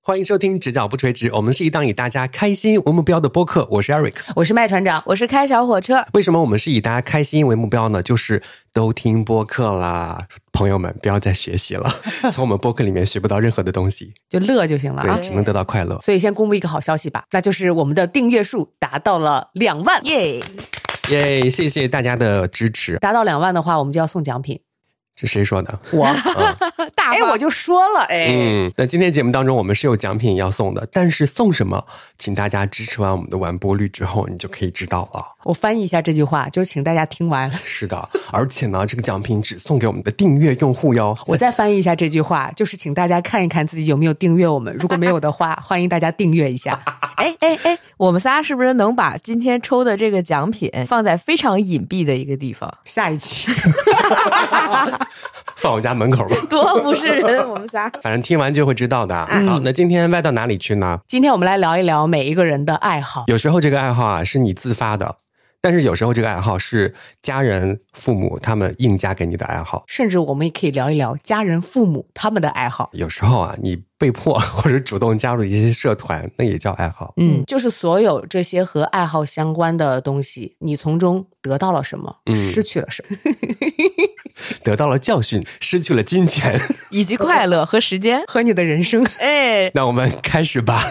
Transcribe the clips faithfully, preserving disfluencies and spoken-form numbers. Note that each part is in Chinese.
欢迎收听直角不垂直，我们是一档以大家开心为目标的播客，我是 Eric， 我是麦船长， 我是开小火车。 为什么我们是以大家开心为目标呢？就是都听播客啦，朋友们不要再学习了，从我们播客里面学不到任何的东西， 就乐就行了啊， 对，只能得到快乐。 所以先公布一个好消息吧，那就是我们的订阅数达到了两万， 耶耶！谢谢大家的支持。 达到两万的话，我们就要送奖品。 是谁说的？ 我、 嗯、 大哎，我就说了哎。 嗯，那今天节目当中我们是有奖品要送的，但是送什么，请大家支持完我们的完播率之后，你就可以知道了。 我翻译一下这句话，就是请大家听完。 是的，而且呢，这个奖品只送给我们的订阅用户哟。 我再翻译一下这句话，就是请大家看一看自己有没有订阅我们，如果没有的话，欢迎大家订阅一下。 哎哎哎，我们仨是不是能把今天抽的这个奖品放在非常隐蔽的一个地方？ 下一期放我家门口吧， 多不是人，我们仨反正听完就会知道的。嗯、好，那今天歪到哪里去呢？ 今天我们来聊一聊每一个人的爱好。 有时候这个爱好啊是你自发的，但是有时候这个爱好是家人父母他们硬加给你的爱好， 甚至我们也可以聊一聊家人父母他们的爱好。 有时候啊你被迫或者主动加入一些社团，那也叫爱好。 嗯，就是所有这些和爱好相关的东西，你从中得到了什么、嗯、失去了什么得到了教训，失去了金钱以及快乐和时间和你的人生。 哎， 那我们开始吧。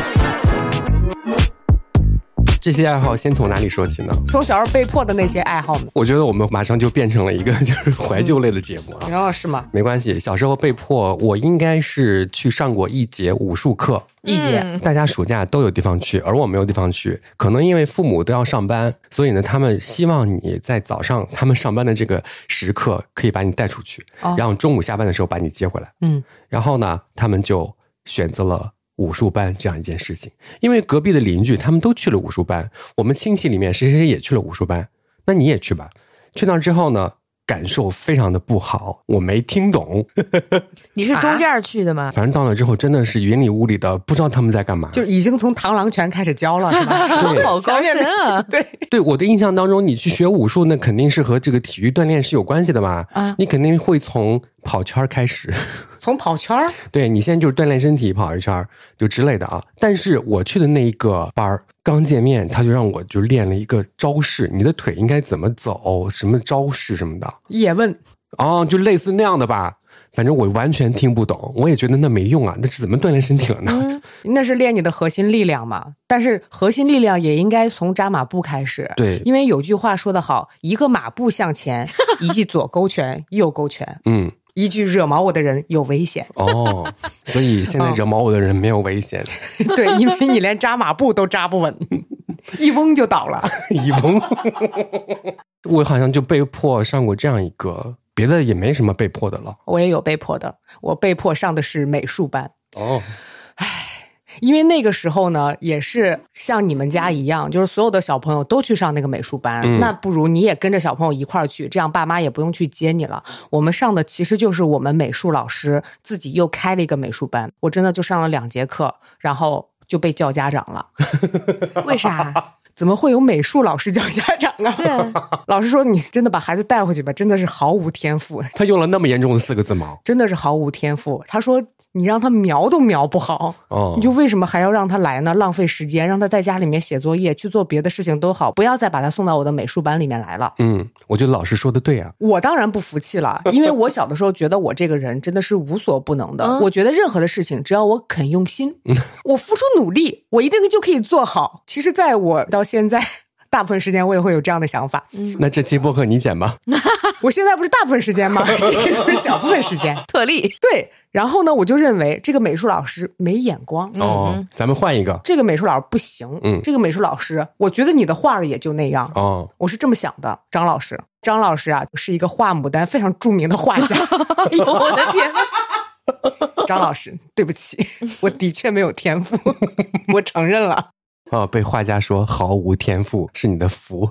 这些爱好先从哪里说起呢？ 从小时候被迫的那些爱好呢？ 我觉得我们马上就变成了一个就是怀旧类的节目啊。 然后、嗯、是吗？ 没关系，小时候被迫，我应该是去上过一节武术课。 一节、 嗯、 大家暑假都有地方去，而我没有地方去，可能因为父母都要上班，所以呢他们希望你在早上他们上班的这个时刻可以把你带出去、哦、然后中午下班的时候把你接回来。 嗯， 然后呢他们就选择了武术班这样一件事情，因为隔壁的邻居他们都去了武术班，我们亲戚里面谁谁谁也去了武术班，那你也去吧。去那之后呢感受非常的不好，我没听懂你是中间去的吗、啊、 反正到了之后真的是云里雾里的，不知道他们在干嘛， 就已经从螳螂拳开始教了是吧好高深啊对对，我的印象当中你去学武术那肯定是和这个体育锻炼是有关系的嘛、啊、你肯定会从跑圈开始。 从跑圈？ 对，你现在就是锻炼身体跑一圈就之类的啊。但是我去的那一个班刚见面他就让我就练了一个招式，你的腿应该怎么走，什么招式什么的。 叶问哦，就类似那样的吧，反正我完全听不懂，我也觉得那没用啊，那是怎么锻炼身体了呢、 嗯、那是练你的核心力量嘛，但是核心力量也应该从扎马步开始。 对， 因为有句话说得好，一个马步向前，一记左勾拳右勾拳嗯，一句惹毛我的人有危险。 哦，所以现在惹毛我的人没有危险、 哦、对，因为你连扎马步都扎不稳一嗡就倒了一嗡我好像就被迫上过这样一个，别的也没什么被迫的了。 我也有被迫的，我被迫上的是美术班。 哦， 唉，因为那个时候呢也是像你们家一样，就是所有的小朋友都去上那个美术班、嗯、那不如你也跟着小朋友一块儿去，这样爸妈也不用去接你了。我们上的其实就是我们美术老师自己又开了一个美术班，我真的就上了两节课，然后就被叫家长了为啥？ 怎么会有美术老师叫家长啊？ 对啊， 老师说你真的把孩子带回去吧，真的是毫无天赋。 他用了那么严重的四个字吗？ 真的是毫无天赋。他说你让他描都描不好、哦、你就为什么还要让他来呢？浪费时间，让他在家里面写作业去做别的事情都好，不要再把他送到我的美术班里面来了。 嗯，我觉得老师说的对啊。 我当然不服气了，因为我小的时候觉得我这个人真的是无所不能的、嗯、我觉得任何的事情只要我肯用心、嗯、我付出努力我一定就可以做好。其实在我到现在大部分时间我也会有这样的想法、 嗯、那这期播客你剪吧我现在不是大部分时间吗？这个就是小部分时间特例。 对，然后呢我就认为这个美术老师没眼光。 哦、嗯，咱们换一个。 这个美术老师不行。嗯，这个美术老师我觉得你的画也就那样。 哦， 我是这么想的。张老师张老师啊是一个画牡丹非常著名的画家哎呦我的天张老师对不起，我的确没有天赋我承认了。 哦，被画家说毫无天赋是你的福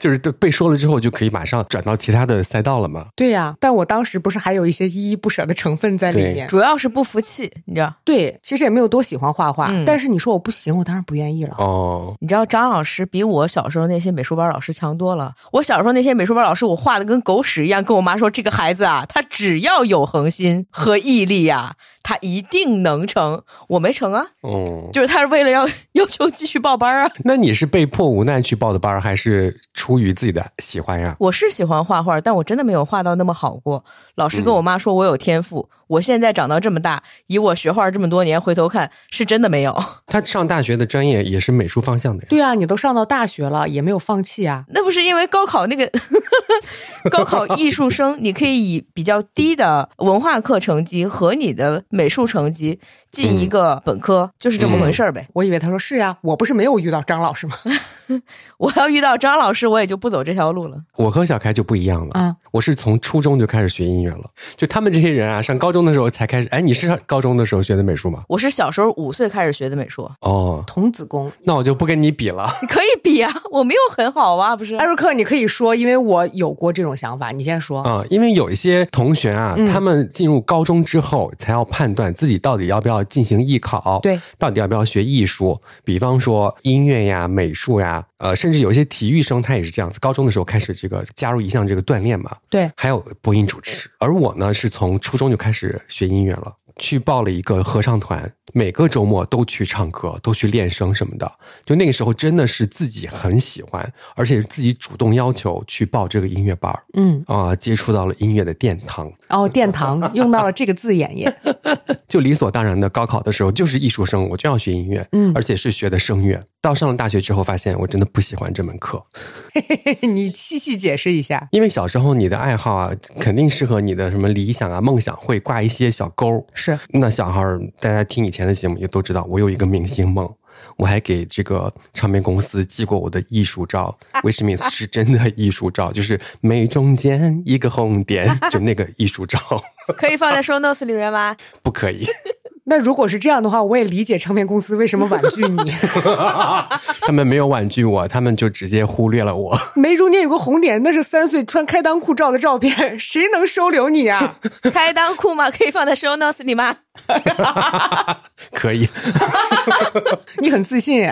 就是被说了之后就可以马上转到其他的赛道了嘛。 对呀、啊，但我当时不是还有一些依依不舍的成分在里面， 主要是不服气，你知道？ 对，其实也没有多喜欢画画、 嗯、 但是你说我不行，我当然不愿意了。 哦， 你知道张老师比我小时候那些美术班老师强多了。我小时候那些美术班老师，我画的跟狗屎一样，跟我妈说这个孩子啊，他只要有恒心和毅力啊，他一定能成。我没成啊， 嗯， 就是他是为了要要求继续报班啊。 那你是被迫无奈去报的班，还是出于自己的喜欢呀？ 我是喜欢画画，但我真的没有画到那么好过。老师跟我妈说我有天赋、嗯、我现在长到这么大，以我学画这么多年回头看，是真的没有。 他上大学的专业也是美术方向的呀。 对啊，你都上到大学了也没有放弃啊。 那不是因为高考那个高考艺术生你可以以比较低的文化课成绩和你的美术成绩进一个本科、嗯、就是这么回事呗、嗯、 我以为他说是呀、啊，我不是没有遇到张老师吗？ 我要遇到张老师我也就不走这条路了。 我和小开就不一样了、 嗯、 我是从初中就开始学音乐了。就他们这些人啊，上高中的时候才开始。哎，你是上高中的时候学的美术吗？ 我是小时候五岁开始学的美术。 哦， 童子功。 那我就不跟你比了。 你可以比啊，我没有很好啊，不是？ 艾瑞克你可以说，因为我有过这种想法，你先说。 啊、嗯，因为有一些同学啊、嗯、他们进入高中之后才要判断自己到底要不要进行艺考， 对， 到底要不要学艺术，比方说音乐呀、美术呀，呃，甚至有一些体育生他也是这样子，高中的时候开始这个加入一项这个锻炼嘛， 对， 还有播音主持。而我呢是从初中就开始学音乐了，去报了一个合唱团，每个周末都去唱歌，都去练声什么的。就那个时候真的是自己很喜欢，而且是自己主动要求去报这个音乐班。嗯啊、呃，接触到了音乐的殿堂。 哦，殿堂用到了这个字眼耶。 就理所当然的，高考的时候就是艺术生，我就要学音乐，嗯，而且是学的声乐。到上了大学之后，发现我真的不喜欢这门课。 你细细解释一下。 因为小时候你的爱好啊，肯定是和你的什么理想啊、梦想会挂一些小钩。 是。 那小孩大家听以前的节目也都知道，我有一个明星梦。我还给这个唱片公司寄过我的艺术照，威士敏斯是真的艺术照，就是眉中间一个红点，就那个艺术照。 可以放在 show notes 里面吗？ 不可以。 那如果是这样的话，我也理解唱片公司为什么婉拒你。 他们没有婉拒我，他们就直接忽略了我。 眉中间有个红点，那是三岁穿开裆裤照的照片，谁能收留你啊？ 开裆裤吗？可以放在 show notes 里吗？ 可以。 你很自信耶。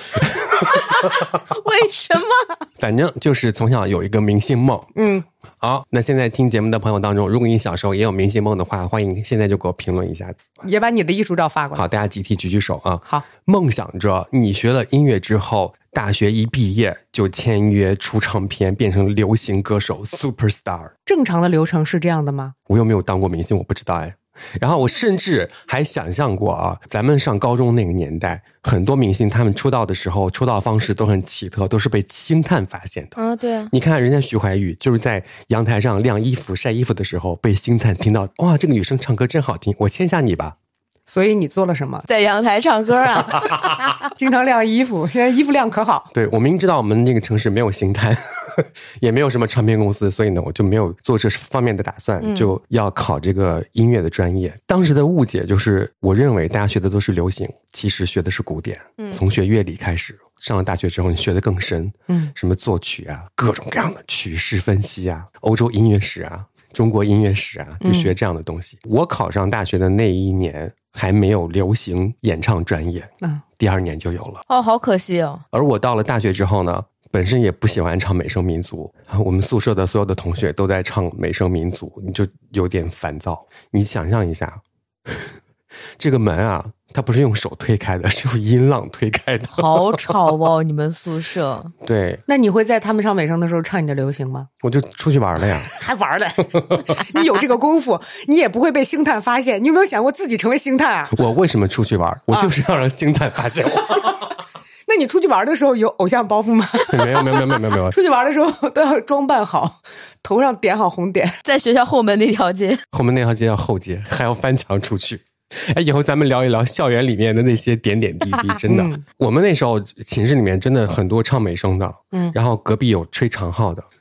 为什么？ 反正就是从小有一个明星梦。 嗯。 好，那现在听节目的朋友当中，如果你小时候也有明星梦的话，欢迎现在就给我评论一下， 也把你的艺术照发过来。 好，大家集体举举手啊！ 好， 梦想着你学了音乐之后，大学一毕业就签约出唱片，变成流行歌手 superstar。 正常的流程是这样的吗？ 我又没有当过明星，我不知道哎。然后我甚至还想象过啊，咱们上高中那个年代，很多明星他们出道的时候，出道方式都很奇特，都是被星探发现的。 啊，对啊。 你看人家徐怀钰，就是在阳台上晾衣服、晒衣服的时候，被星探听到，哇，这个女生唱歌真好听，我签下你吧。 所以你做了什么？ 在阳台唱歌啊。 经常晾衣服，现在衣服晾可好。 对，我明知道我们这个城市没有星探，也没有什么唱片公司，所以呢，我就没有做这方面的打算，嗯、就要考这个音乐的专业。当时的误解就是，我认为大家学的都是流行，其实学的是古典。嗯，从学乐理开始，上了大学之后，你学的更深。嗯，什么作曲啊，各种各样的曲式分析啊，欧洲音乐史啊，中国音乐史啊，就学这样的东西。嗯、我考上大学的那一年还没有流行演唱专业，嗯，第二年就有了。 哦，好可惜哦。 而我到了大学之后呢，本身也不喜欢唱美声民族，我们宿舍的所有的同学都在唱美声民族，你就有点烦躁。你想象一下，这个门啊，它不是用手推开的，是用音浪推开的。 好吵哦，你们宿舍。 对。 那你会在他们唱美声的时候唱你的流行吗？ 我就出去玩了呀。 还玩了？你有这个功夫，你也不会被星探发现。你有没有想过自己成为星探啊？ 我为什么出去玩？我就是要让星探发现我。 那你出去玩的时候有偶像包袱吗？ 没有没有没有没有没有。 出去玩的时候都要装扮好，头上点好红点。 在学校后门那条街， 后门那条街要后街，还要翻墙出去。哎，以后咱们聊一聊校园里面的那些点点滴滴，真的。嗯、我们那时候寝室里面真的很多唱美声的，嗯，然后隔壁有吹长号的，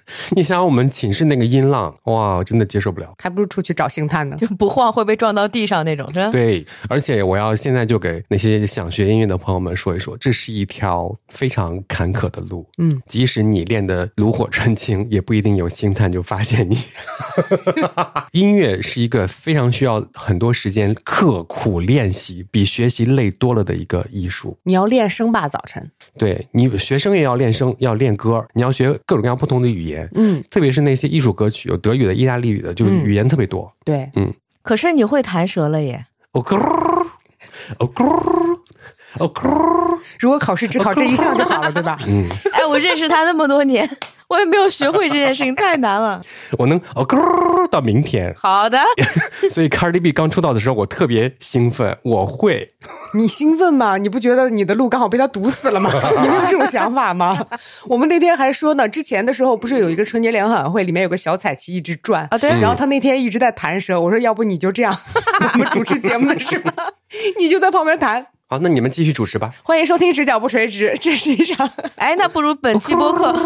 你想想我们寝室那个音浪，哇，真的接受不了， 还不如出去找星探呢， 就不晃会被撞到地上那种，真的。 对，而且我要现在就给那些想学音乐的朋友们说一说，这是一条非常坎坷的路。 嗯， 即使你练得炉火纯青，也不一定有星探就发现你。音乐是一个非常需要很多时间刻苦练习，比学习累多了的一个艺术。 你要练声霸早晨， 对，你学声也要练声，要练歌，你要学各种各样不同的语言。 嗯， 特别是那些艺术歌曲，有德语的、意大利语的，就是语言特别多。 对， 嗯。 可是你会弹舌了耶。 哦咕哦咕哦咕， 如果考试只考这一项就好了，对吧？ 嗯， 哎，我认识他那么多年，我也没有学会这件事情，太难了。 我能哦咕到明天。 好的。 所以 Cardi B 刚出道的时候，我特别兴奋，我会。 你兴奋吗？你不觉得你的路刚好被他堵死了吗？你没有这种想法吗？我们那天还说呢，之前的时候不是有一个春节联欢晚会，里面有个小彩旗一直转啊，对。 然后他那天一直在弹舌，我说要不你就这样，我们主持节目的时候，你就在旁边弹。 好，那你们继续主持吧。 欢迎收听直角不垂直，这是一场…… 哎，那不如本期播客。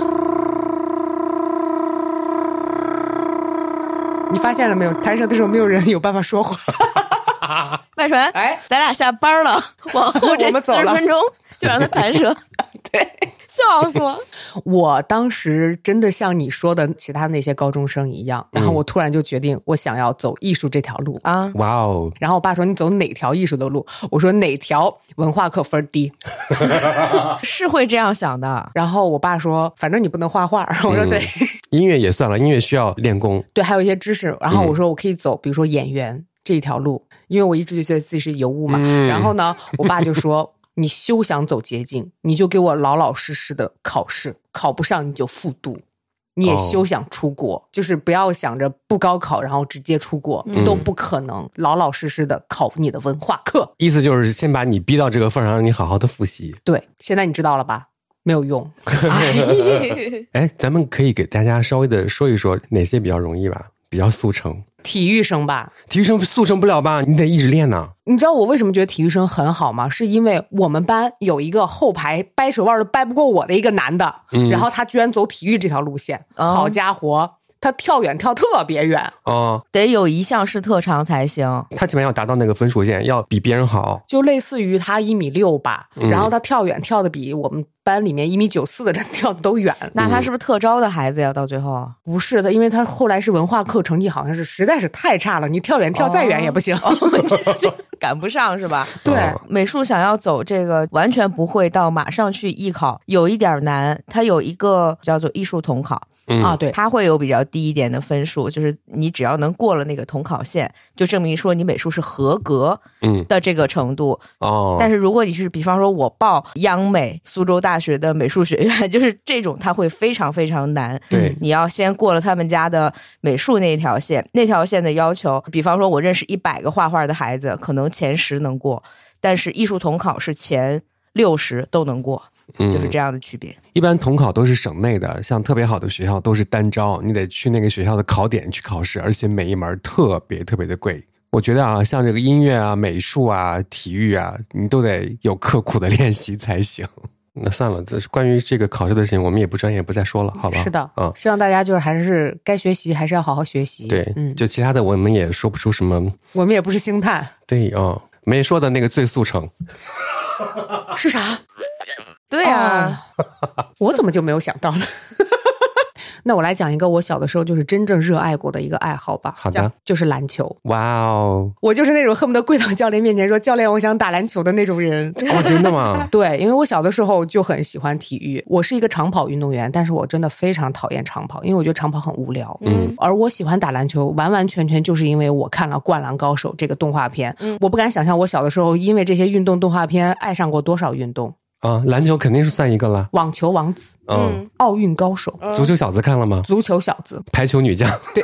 你发现了没有？弹舌的时候没有人有办法说话。 麦传， 哎， 咱俩下班了，往后这四十分钟就让他弹舌。 对， 笑死我！ 我当时真的像你说的其他那些高中生一样，然后我突然就决定我想要走艺术这条路啊！ 哇哦！ 然后我爸说你走哪条艺术的路？我说哪条文化课分低。 是会这样想的。 然后我爸说反正你不能画画。我说对、嗯。 音乐也算了，音乐需要练功。 对，还有一些知识。然后我说我可以走比如说演员这一条路，因为我一直就觉得自己是尤物嘛、嗯、然后呢我爸就说你休想走捷径，你就给我老老实实的考试，考不上你就复读，你也休想出国、哦、就是不要想着不高考然后直接出国、嗯、都不可能，老老实实的考你的文化课。 意思就是先把你逼到这个份上，让你好好的复习。 对，现在你知道了吧？没有用。 哎，咱们可以给大家稍微的说一说哪些比较容易吧，比较速成。 体育生吧， 体育生速成不了吧，你得一直练呢。 你知道我为什么觉得体育生很好吗？是因为我们班有一个后排掰手腕都掰不过我的一个男的、嗯、然后他居然走体育这条路线、哦、好家伙，他跳远跳特别远哦， 得有一项是特长才行。 他起码要达到那个分数线，要比别人好， 就类似于他一米六吧、嗯、然后他跳远跳的比我们班里面一米九四的人跳的都远。 那他是不是特招的孩子呀？到最后不是的，因为他后来是文化课，成绩好像是实在是太差了，你跳远跳再远也不行、哦哦、赶不上是吧？ 对、 哦、美术想要走这个完全不会到马上去艺考有一点难，它有一个叫做艺术统考嗯、 啊，对， 它会有比较低一点的分数，就是你只要能过了那个统考线，就证明说你美术是合格的这个程度、 嗯、哦。 但是如果你是比方说我报央美苏州大学的美术学院，就是这种它会非常非常难。 对， 你要先过了他们家的美术那一条线，那条线的要求，比方说我认识一百个画画的孩子，可能前十能过，但是艺术统考是前六十都能过。就是这样的区别、嗯、 一般统考都是省内的，像特别好的学校都是单招，你得去那个学校的考点去考试，而且每一门特别特别的贵。我觉得啊，像这个音乐啊、美术啊、体育啊，你都得有刻苦的练习才行。那算了，这是关于这个考试的事情，我们也不专业，不再说了，好吧？ 是的， 嗯， 希望大家就是还是该学习还是要好好学习。 对， 嗯， 就其他的我们也说不出什么， 我们也不是星探。 对哦，没说的那个最速成是啥？ 对啊、 哦、我怎么就没有想到呢？那我来讲一个我小的时候就是真正热爱过的一个爱好吧。 好的， 就是篮球。 哇哦， 我就是那种恨不得跪到教练面前说教练我想打篮球的那种人。 哦，真的吗？ 对，因为我小的时候就很喜欢体育，我是一个长跑运动员，但是我真的非常讨厌长跑，因为我觉得长跑很无聊。 嗯， 而我喜欢打篮球完完全全就是因为我看了《灌篮高手》这个动画片。嗯，我不敢想象我小的时候因为这些运动动画片爱上过多少运动。 啊，篮球肯定是算一个了， 网球王子， 嗯， 奥运高手， 足球小子看了吗？ 足球小子， 排球女将， 对，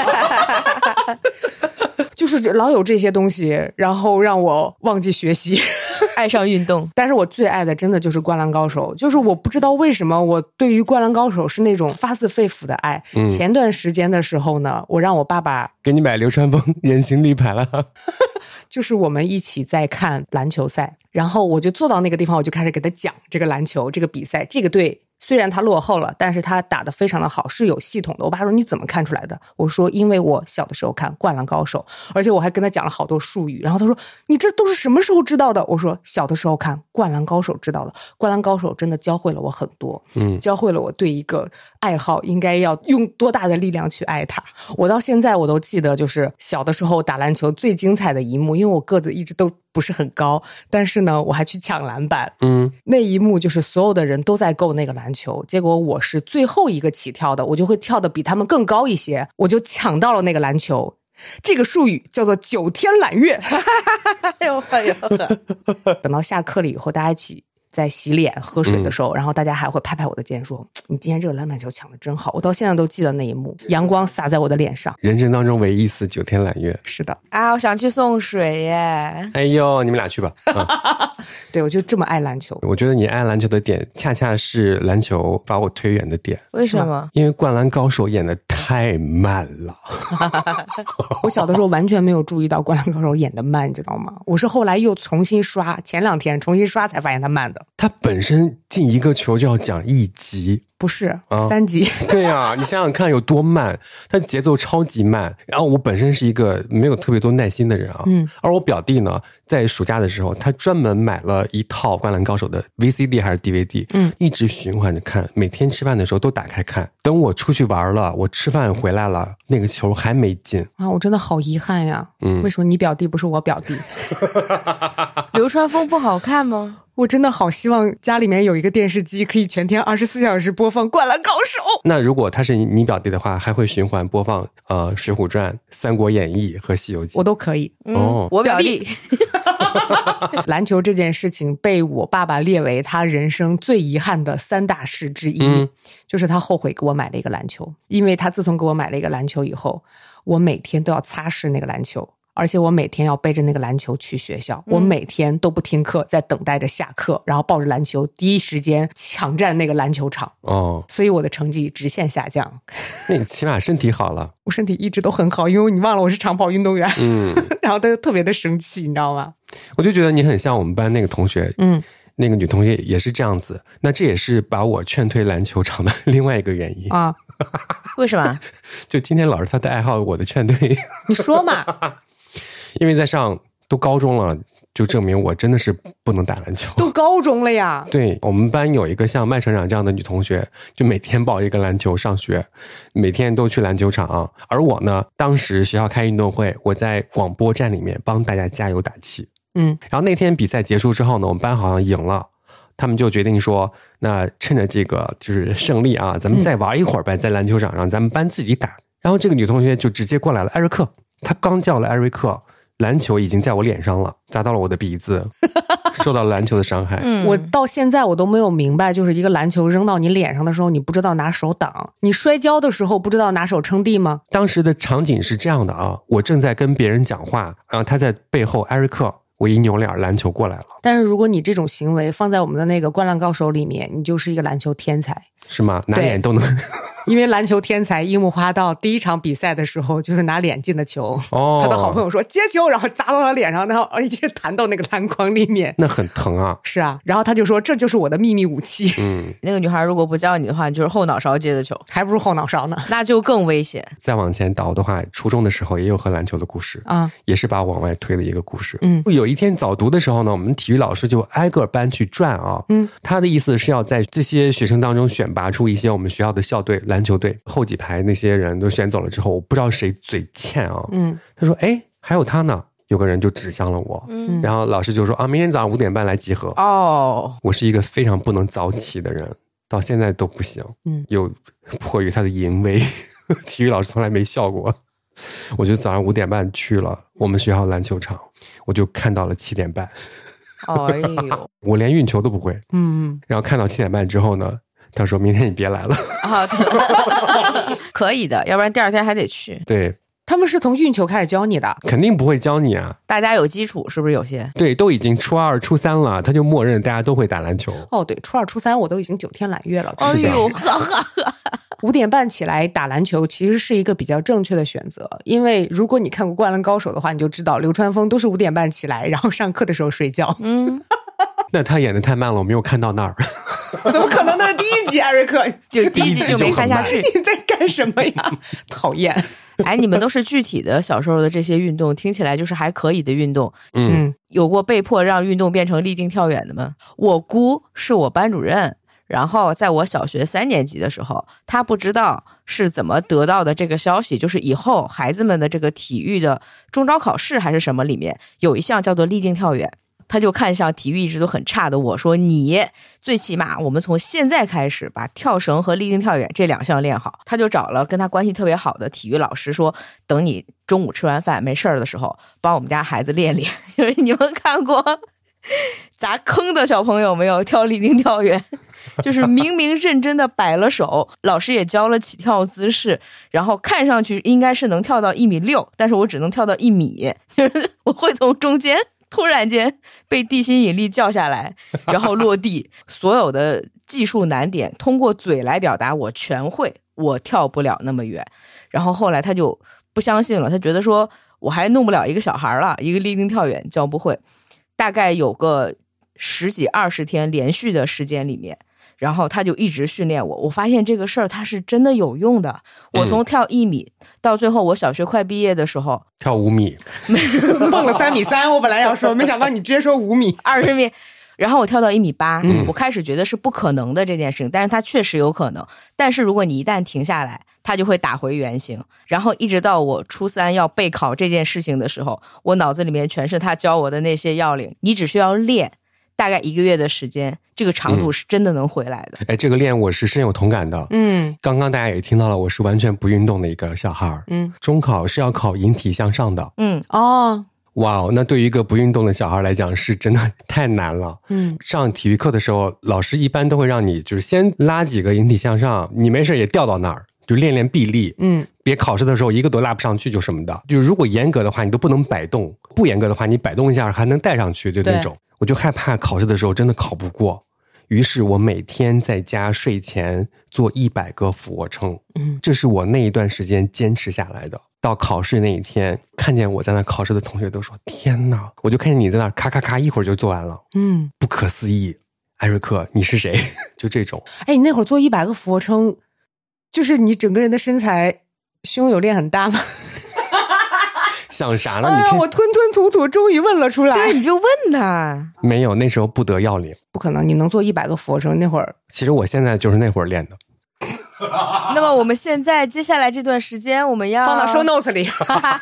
就是老有这些东西，然后让我忘记学习， 爱上运动。 但是我最爱的真的就是灌篮高手，就是我不知道为什么我对于灌篮高手是那种发自肺腑的爱。嗯，前段时间的时候呢，我让我爸爸给你买流川枫人形立牌了。 就是我们一起在看篮球赛，然后我就坐到那个地方，我就开始给他讲这个篮球这个比赛，这个队虽然他落后了，但是他打得非常的好，是有系统的。我爸说你怎么看出来的？我说因为我小的时候看《灌篮高手》，而且我还跟他讲了好多术语。然后他说你这都是什么时候知道的？我说小的时候看《灌篮高手》知道的，《灌篮高手》真的教会了我很多，嗯，教会了我对一个爱好应该要用多大的力量去爱它。我到现在我都记得，就是小的时候打篮球最精彩的一幕，因为我个子一直都不是很高，但是呢我还去抢篮板，嗯，那一幕就是所有的人都在够那个篮球，结果我是最后一个起跳的，我就会跳得比他们更高一些，我就抢到了那个篮球。这个术语叫做九天揽月。 哎呦哎呦， 等到下课了以后大家一起在洗脸喝水的时候、嗯、然后大家还会拍拍我的肩说你今天这个篮板球抢得真好，我到现在都记得那一幕，阳光洒在我的脸上， 人生当中唯一一次九天揽月。 是的啊，我想去送水耶。 哎呦，你们俩去吧、啊、 对，我就这么爱篮球。 我觉得你爱篮球的点恰恰是篮球把我推远的点。 为什么？ 因为灌篮高手演得太慢了。 我小的时候完全没有注意到灌篮高手演得慢，你知道吗？我是后来又重新刷，前两天重新刷才发现它慢的。 他本身进一个球就要讲一集， 不是、啊、三集。 对啊，你想想看有多慢，他节奏超级慢。然后我本身是一个没有特别多耐心的人啊，嗯，而我表弟呢，在暑假的时候，他专门买了一套《灌篮高手》的 V C D 还是 D V D， 嗯，一直循环着看，每天吃饭的时候都打开看。等我出去玩了，我吃饭回来了，那个球还没进啊！我真的好遗憾呀。嗯，为什么你表弟不是我表弟？ 流川枫不好看吗？ 我真的好希望家里面有一个电视机，可以全天二十四小时播放《灌篮高手》。 那如果他是你表弟的话，还会循环播放呃《水浒传》《三国演义》和《西游记》。 我都可以。 嗯、哦，我表弟。 篮球这件事情被我爸爸列为他人生最遗憾的三大事之一、嗯、就是他后悔给我买了一个篮球。因为他自从给我买了一个篮球以后，我每天都要擦拭那个篮球，而且我每天要背着那个篮球去学校、嗯、我每天都不听课，在等待着下课，然后抱着篮球第一时间抢占那个篮球场。哦，所以我的成绩直线下降。 那你起码身体好了。 我身体一直都很好，因为你忘了我是长跑运动员。嗯，然后他就特别的生气，你知道吗？ 我就觉得你很像我们班那个同学，嗯，那个女同学也是这样子。那这也是把我劝退篮球场的另外一个原因啊。 为什么？ 就今天老师他的爱好，我的劝退。 你说嘛？ 因为在上都高中了，就证明我真的是不能打篮球。 都高中了呀？ 对，我们班有一个像麦成长这样的女同学，就每天抱一个篮球上学，每天都去篮球场。而我呢，当时学校开运动会，我在广播站里面帮大家加油打气。嗯，然后那天比赛结束之后呢，我们班好像赢了，他们就决定说，那趁着这个就是胜利啊，咱们再玩一会儿呗，在篮球场上咱们班自己打。然后这个女同学就直接过来了，艾瑞克，她刚叫了艾瑞克，篮球已经在我脸上了，砸到了我的鼻子，受到了篮球的伤害。 嗯，我到现在我都没有明白，就是一个篮球扔到你脸上的时候，你不知道拿手挡；你摔跤的时候不知道拿手撑地吗？ 当时的场景是这样的啊，我正在跟别人讲话，然后他在背后，艾瑞克，我一扭脸，篮球过来了。 但是如果你这种行为放在我们的那个灌篮高手里面，你就是一个篮球天才。 是吗？拿脸都能。 因为篮球天才樱木花道第一场比赛的时候就是拿脸进的球。哦，他的好朋友说接球，然后砸到他脸上，然后一直弹到那个篮筐里面， 那很疼啊。 是啊，然后他就说这就是我的秘密武器。 嗯，那个女孩如果不教你的话，你就是后脑勺接的球， 还不如后脑勺呢， 那就更危险。 再往前倒的话，初中的时候也有和篮球的故事啊，也是把我往外推的一个故事。嗯，有一天早读的时候呢，我们体育老师就挨个班去转啊。嗯，他的意思是要在这些学生当中选拔出一些我们学校的校队篮球队，后几排那些人都选走了之后，我不知道谁嘴欠啊。嗯，他说哎还有他呢，有个人就指向了我。嗯，然后老师就说啊，明天早上五点半来集合。哦，我是一个非常不能早起的人，到现在都不行。嗯，有迫于他的淫威，体育老师从来没笑过。我就早上五点半去了我们学校篮球场，我就看到了七点半。哎呦，我连运球都不会。嗯，然后看到七点半之后呢，他说明天你别来了。啊， 可以的，要不然第二天还得去。 对， 他们是从运球开始教你的？ 肯定不会教你啊， 大家有基础是不是？有些对，都已经初二初三了，他就默认大家都会打篮球。 哦，对，初二初三我都已经九天揽月了。 哎呦， 五点半起来打篮球其实是一个比较正确的选择，因为如果你看过《灌篮高手》的话，你就知道流川枫都是五点半起来，然后上课的时候睡觉。嗯， 那他演的太慢了，我没有看到那儿。 怎么可能？那是第一集，艾瑞克就第一集就没看下去。 你在干什么呀？讨厌！ 哎，你们都是具体的小时候的这些运动，听起来就是还可以的运动。 嗯， 有过被迫让运动变成立定跳远的吗？我姑是我班主任，然后在我小学三年级的时候，他不知道是怎么得到的这个消息，就是以后孩子们的这个体育的中招考试还是什么里面有一项叫做立定跳远。他就看向体育一直都很差的我说，你最起码我们从现在开始把跳绳和立定跳远这两项练好。他就找了跟他关系特别好的体育老师说，等你中午吃完饭没事儿的时候帮我们家孩子练练。就是你们看过砸坑的小朋友没有？跳立定跳远就是明明认真的摆了手，老师也教了起跳姿势，然后看上去应该是能跳到一米六，但是我只能跳到一米，就是我会从中间突然间被地心引力叫下来，然后落地。所有的技术难点通过嘴来表达我全会，我跳不了那么远。然后后来他就不相信了，他觉得说我还弄不了一个小孩了，一个立定跳远教不会。大概有个十几二十天连续的时间里面，然后他就一直训练我。我发现这个事儿它是真的有用的。我从跳一米、嗯、到最后我小学快毕业的时候跳五米蹦了三米三，我本来要说没想到你直接说五米二十米，然后我跳到一米八、嗯、我开始觉得是不可能的这件事情，但是它确实有可能。但是如果你一旦停下来，它就会打回原形。然后一直到我初三要备考这件事情的时候，我脑子里面全是他教我的那些要领，你只需要练大概一个月的时间，这个长度是真的能回来的。 嗯、哎，这个练我是深有同感的。 嗯， 刚刚大家也听到了，我是完全不运动的一个小孩。 嗯， 中考是要考引体向上的。 嗯， 哦， 哇哦，那对于一个不运动的小孩来讲是真的太难了。 嗯， 上体育课的时候，老师一般都会让你就是先拉几个引体向上，你没事也掉到那儿，就练练臂力。 嗯， 别考试的时候一个都拉不上去就什么的。就是如果严格的话，你都不能摆动；不严格的话，你摆动一下还能带上去，就那种。我就害怕考试的时候真的考不过，于是我每天在家睡前做一百个俯卧撑。 嗯， 这是我那一段时间坚持下来的。到考试那一天，看见我在那考试的同学都说：“天哪！”我就看见你在那咔咔咔一会儿就做完了。 嗯， 不可思议。艾瑞克，你是谁？就这种。 哎，你那会儿做一百个俯卧撑，就是你整个人的身材胸有练很大吗？ 想啥呢？ 哎呀，我吞吞吐吐，终于问了出来。 对，你就问他。 没有，那时候不得要领。 不可能，你能做一百个俯卧撑那会儿。 其实我现在就是那会儿练的。 那么我们现在接下来这段时间，我们要放到 show notes 里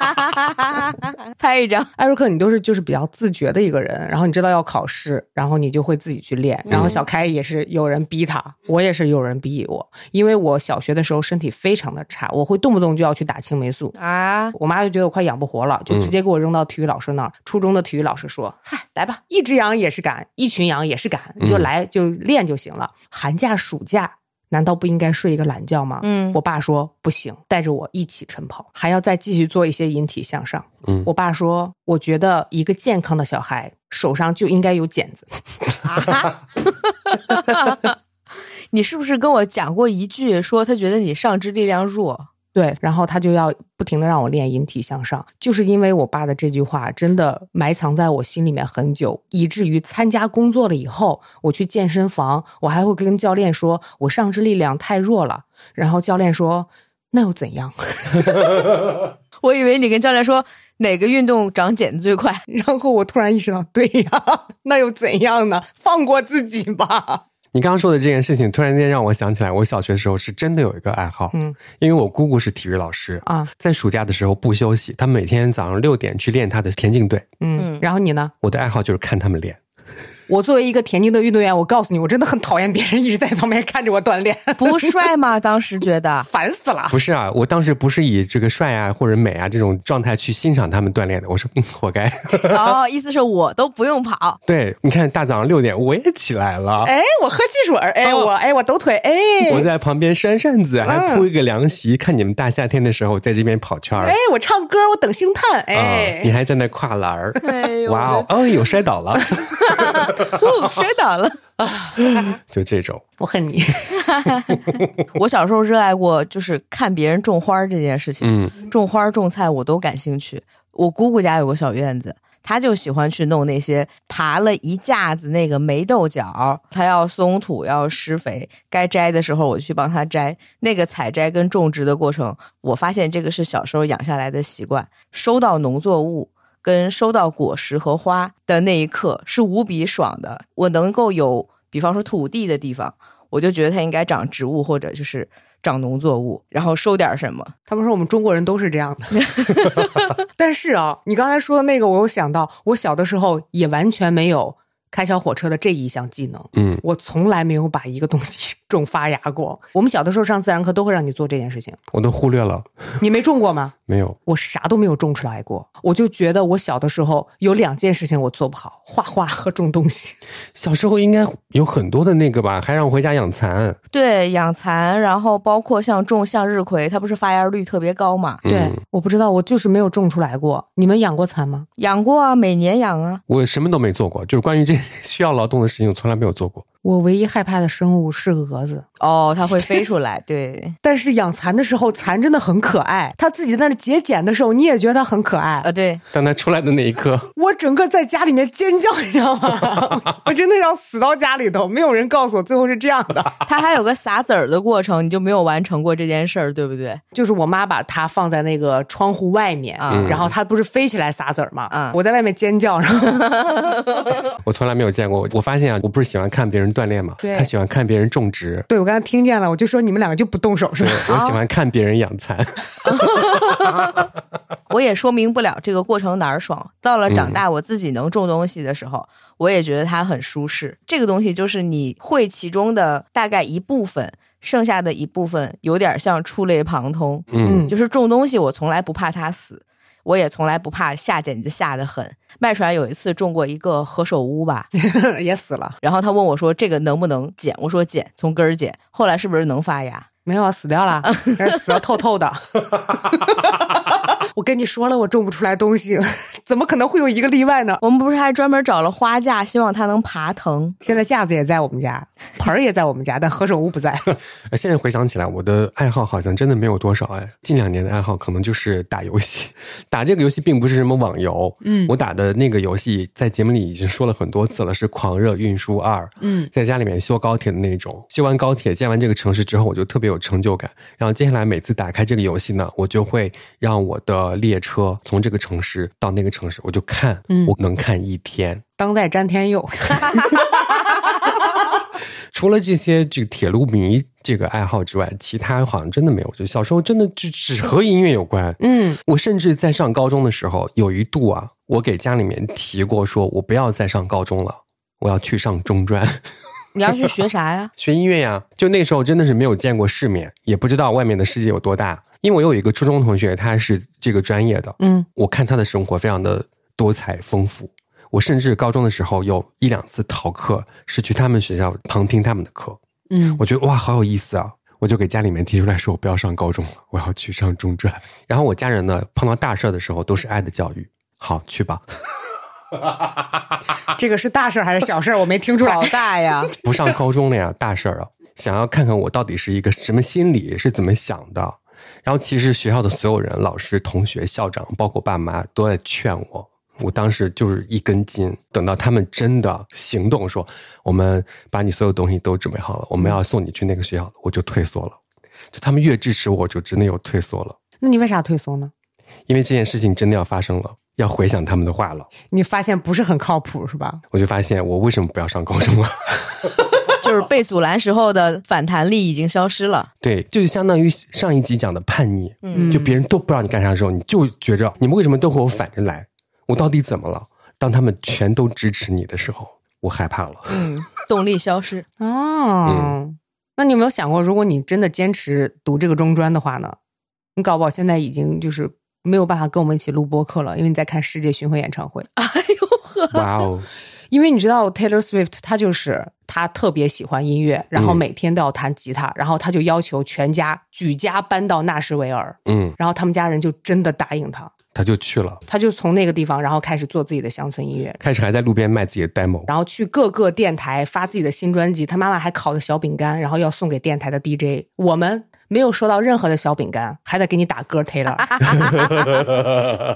拍一张。 艾瑞克，你都是就是比较自觉的一个人，然后你知道要考试，然后你就会自己去练。然后小开也是有人逼他，嗯、我也是有人逼我，因为我小学的时候身体非常的差，我会动不动就要去打青霉素啊。 我妈就觉得我快养不活了，就直接给我扔到体育老师那儿。嗯、初中的体育老师说：“嗨，来吧，一只羊也是赶，一群羊也是赶，你就来就练就行了。嗯、寒假暑假。”难道不应该睡一个懒觉吗？ 嗯， 我爸说不行，带着我一起晨跑，还要再继续做一些引体向上。 嗯， 我爸说，我觉得一个健康的小孩手上就应该有茧子。 啊、你是不是跟我讲过一句，说他觉得你上肢力量弱？ 对，然后他就要不停的让我练引体向上，就是因为我爸的这句话真的埋藏在我心里面很久，以至于参加工作了以后，我去健身房，我还会跟教练说我上肢力量太弱了，然后教练说那又怎样？ 我以为你跟教练说哪个运动长茧子最快， 然后我突然意识到，对呀，那又怎样呢？放过自己吧。 你刚刚说的这件事情突然间让我想起来，我小学的时候是真的有一个爱好。 嗯， 因为我姑姑是体育老师啊， 在暑假的时候不休息，她每天早上六点去练她的田径队。 嗯，然后你呢？ 我的爱好就是看他们练。 我作为一个田径的运动员，我告诉你，我真的很讨厌别人一直在旁边看着我锻炼。 不帅吗？当时觉得烦死了。 不是啊，我当时不是以这个帅啊或者美啊这种状态去欣赏他们锻炼的。我说，嗯，活该。 哦，意思是我都不用跑。 对，你看大早上六点我也起来了。 哎，我喝汽水，哎，我哎我抖腿，哎， 我在旁边扇扇子，还铺一个凉席，嗯、看你们大夏天的时候在这边跑圈。 哎，我唱歌，我等星探，哎， 哦、你还在那跨栏儿。 哎、 哇哦，哦，有摔倒了。 哦，摔倒了就这种， 我恨你。 我小时候热爱过，就是看别人种花这件事情。 嗯， 种花种菜我都感兴趣。我姑姑家有个小院子， 他就喜欢去弄那些爬了一架子那个霉豆角，他要松土要施肥，该摘的时候我去帮他摘。那个采摘跟种植的过程，我发现这个是小时候养下来的习惯。收到农作物跟收到果实和花的那一刻是无比爽的。我能够有比方说土地的地方，我就觉得它应该长植物或者就是长农作物，然后收点什么。 他们说我们中国人都是这样的。但是啊，你刚才说的那个，我有想到，我小的时候也完全没有开小火车的这一项技能。 嗯， 我从来没有把一个东西种发芽过。我们小的时候上自然课都会让你做这件事情， 我都忽略了。 你没种过吗？ 没有， 我啥都没有种出来过。我就觉得我小的时候有两件事情我做不好，画画和种东西。 小时候应该有很多的那个吧，还让我回家养蚕。 对，养蚕，然后包括像种向日葵，它不是发芽率特别高嘛？ 对、 嗯， 我不知道，我就是没有种出来过。你们养过蚕吗？ 养过啊，每年养啊。 我什么都没做过，就是关于这需要劳动的事情，我从来没有做过。 我唯一害怕的生物是蛾子。 哦，它会飞出来。对， 但是养蚕的时候，蚕真的很可爱。它自己在那结茧的时候，你也觉得它很可爱啊。对， 当它出来的那一刻， 我整个在家里面尖叫，你知道吗？我真的要死到家里头，没有人告诉我最后是这样的。 它还有个撒籽儿的过程，你就没有完成过这件事儿，对不对？ 就是我妈把它放在那个窗户外面， 嗯、 然后它不是飞起来撒籽儿吗？ 嗯， 我在外面尖叫，然后我从来没有见过。我发现啊，我不是喜欢看别人锻炼嘛，他喜欢看别人种植。 对，我刚才听见了，我就说你们两个就不动手是吧？ 我喜欢看别人养蚕。 我也说明不了这个过程哪儿爽。到了长大，我自己能种东西的时候，嗯、我也觉得它很舒适。这个东西就是你会其中的大概一部分，剩下的一部分有点像触类旁通。 嗯， 就是种东西，我从来不怕它死。我也从来不怕下剪子下得狠。麦传有一次种过一个何首乌吧， 也死了。 然后他问我说这个能不能剪，我说剪，从根儿剪。后来是不是能发芽？ 没有啊，死掉了，但是死得透透的。我跟你说了，我种不出来东西，怎么可能会有一个例外呢？ 我们不是还专门找了花架，希望它能爬藤。 现在架子也在我们家，盆儿也在我们家，但何首乌不在。 现在回想起来，我的爱好好像真的没有多少哎。近两年的爱好可能就是打游戏，打这个游戏并不是什么网游，嗯，我打的那个游戏在节目里已经说了很多次了，是《狂热运输二》，嗯，在家里面修高铁的那种，修完高铁建完这个城市之后，我就特别有成就感。然后接下来每次打开这个游戏呢，我就会让我的列车从这个城市到那个城市，我就看，嗯，我能看一天。 当代詹天佑。 除了这些这个铁路迷这个爱好之外，其他好像真的没有。就小时候真的就只和音乐有关。嗯，我甚至在上高中的时候，有一度啊，我给家里面提过，说我不要再上高中了，我要去上中专。 你要去学啥呀？ 学音乐呀。就那时候真的是没有见过世面，也不知道外面的世界有多大。因为我有一个初中同学，他是这个专业的，嗯，我看他的生活非常的多彩丰富。我甚至高中的时候有一两次逃课，是去他们学校旁听他们的课，嗯，我觉得哇，好有意思啊！我就给家里面提出来说，我不要上高中了，我要去上中专。然后我家人呢，碰到大事的时候都是爱的教育，好，去吧。 这个是大事还是小事？我没听出来。 好大呀！ 不上高中了呀，大事啊！想要看看我到底是一个什么心理，是怎么想的。然后其实学校的所有人，老师、同学、校长，包括爸妈都在劝我。我当时就是一根筋，等到他们真的行动说，我们把你所有东西都准备好了，我们要送你去那个学校，我就退缩了。就他们越支持我，就真的有退缩了。 那你为啥退缩呢？ 因为这件事情真的要发生了，要回想他们的话了。 你发现不是很靠谱是吧？ 我就发现我为什么不要上高中了。 就是被阻拦时候的反弹力已经消失了。 对，就相当于上一集讲的叛逆。嗯，就别人都不让你干啥的时候，你就觉着你们为什么都和我反着来？我到底怎么了？当他们全都支持你的时候，我害怕了。 嗯，动力消失。 哦、嗯，那你有没有想过，如果你真的坚持读这个中专的话呢？你搞不好现在已经就是没有办法跟我们一起录播客了，因为你在看世界巡回演唱会。 哎呦呵！ 哇哦！ 因为你知道 Taylor Swift 他就是他特别喜欢音乐，然后每天都要弹吉他、嗯、然后他就要求全家举家搬到纳什维尔，嗯，然后他们家人就真的答应他， 他就去了， 他就从那个地方然后开始做自己的乡村音乐， 开始还在路边卖自己的 demo， 然后去各个电台发自己的新专辑，他妈妈还烤的小饼干，然后要送给电台的 D J， 我们没有收到任何的小饼干，还得给你打歌 Taylor。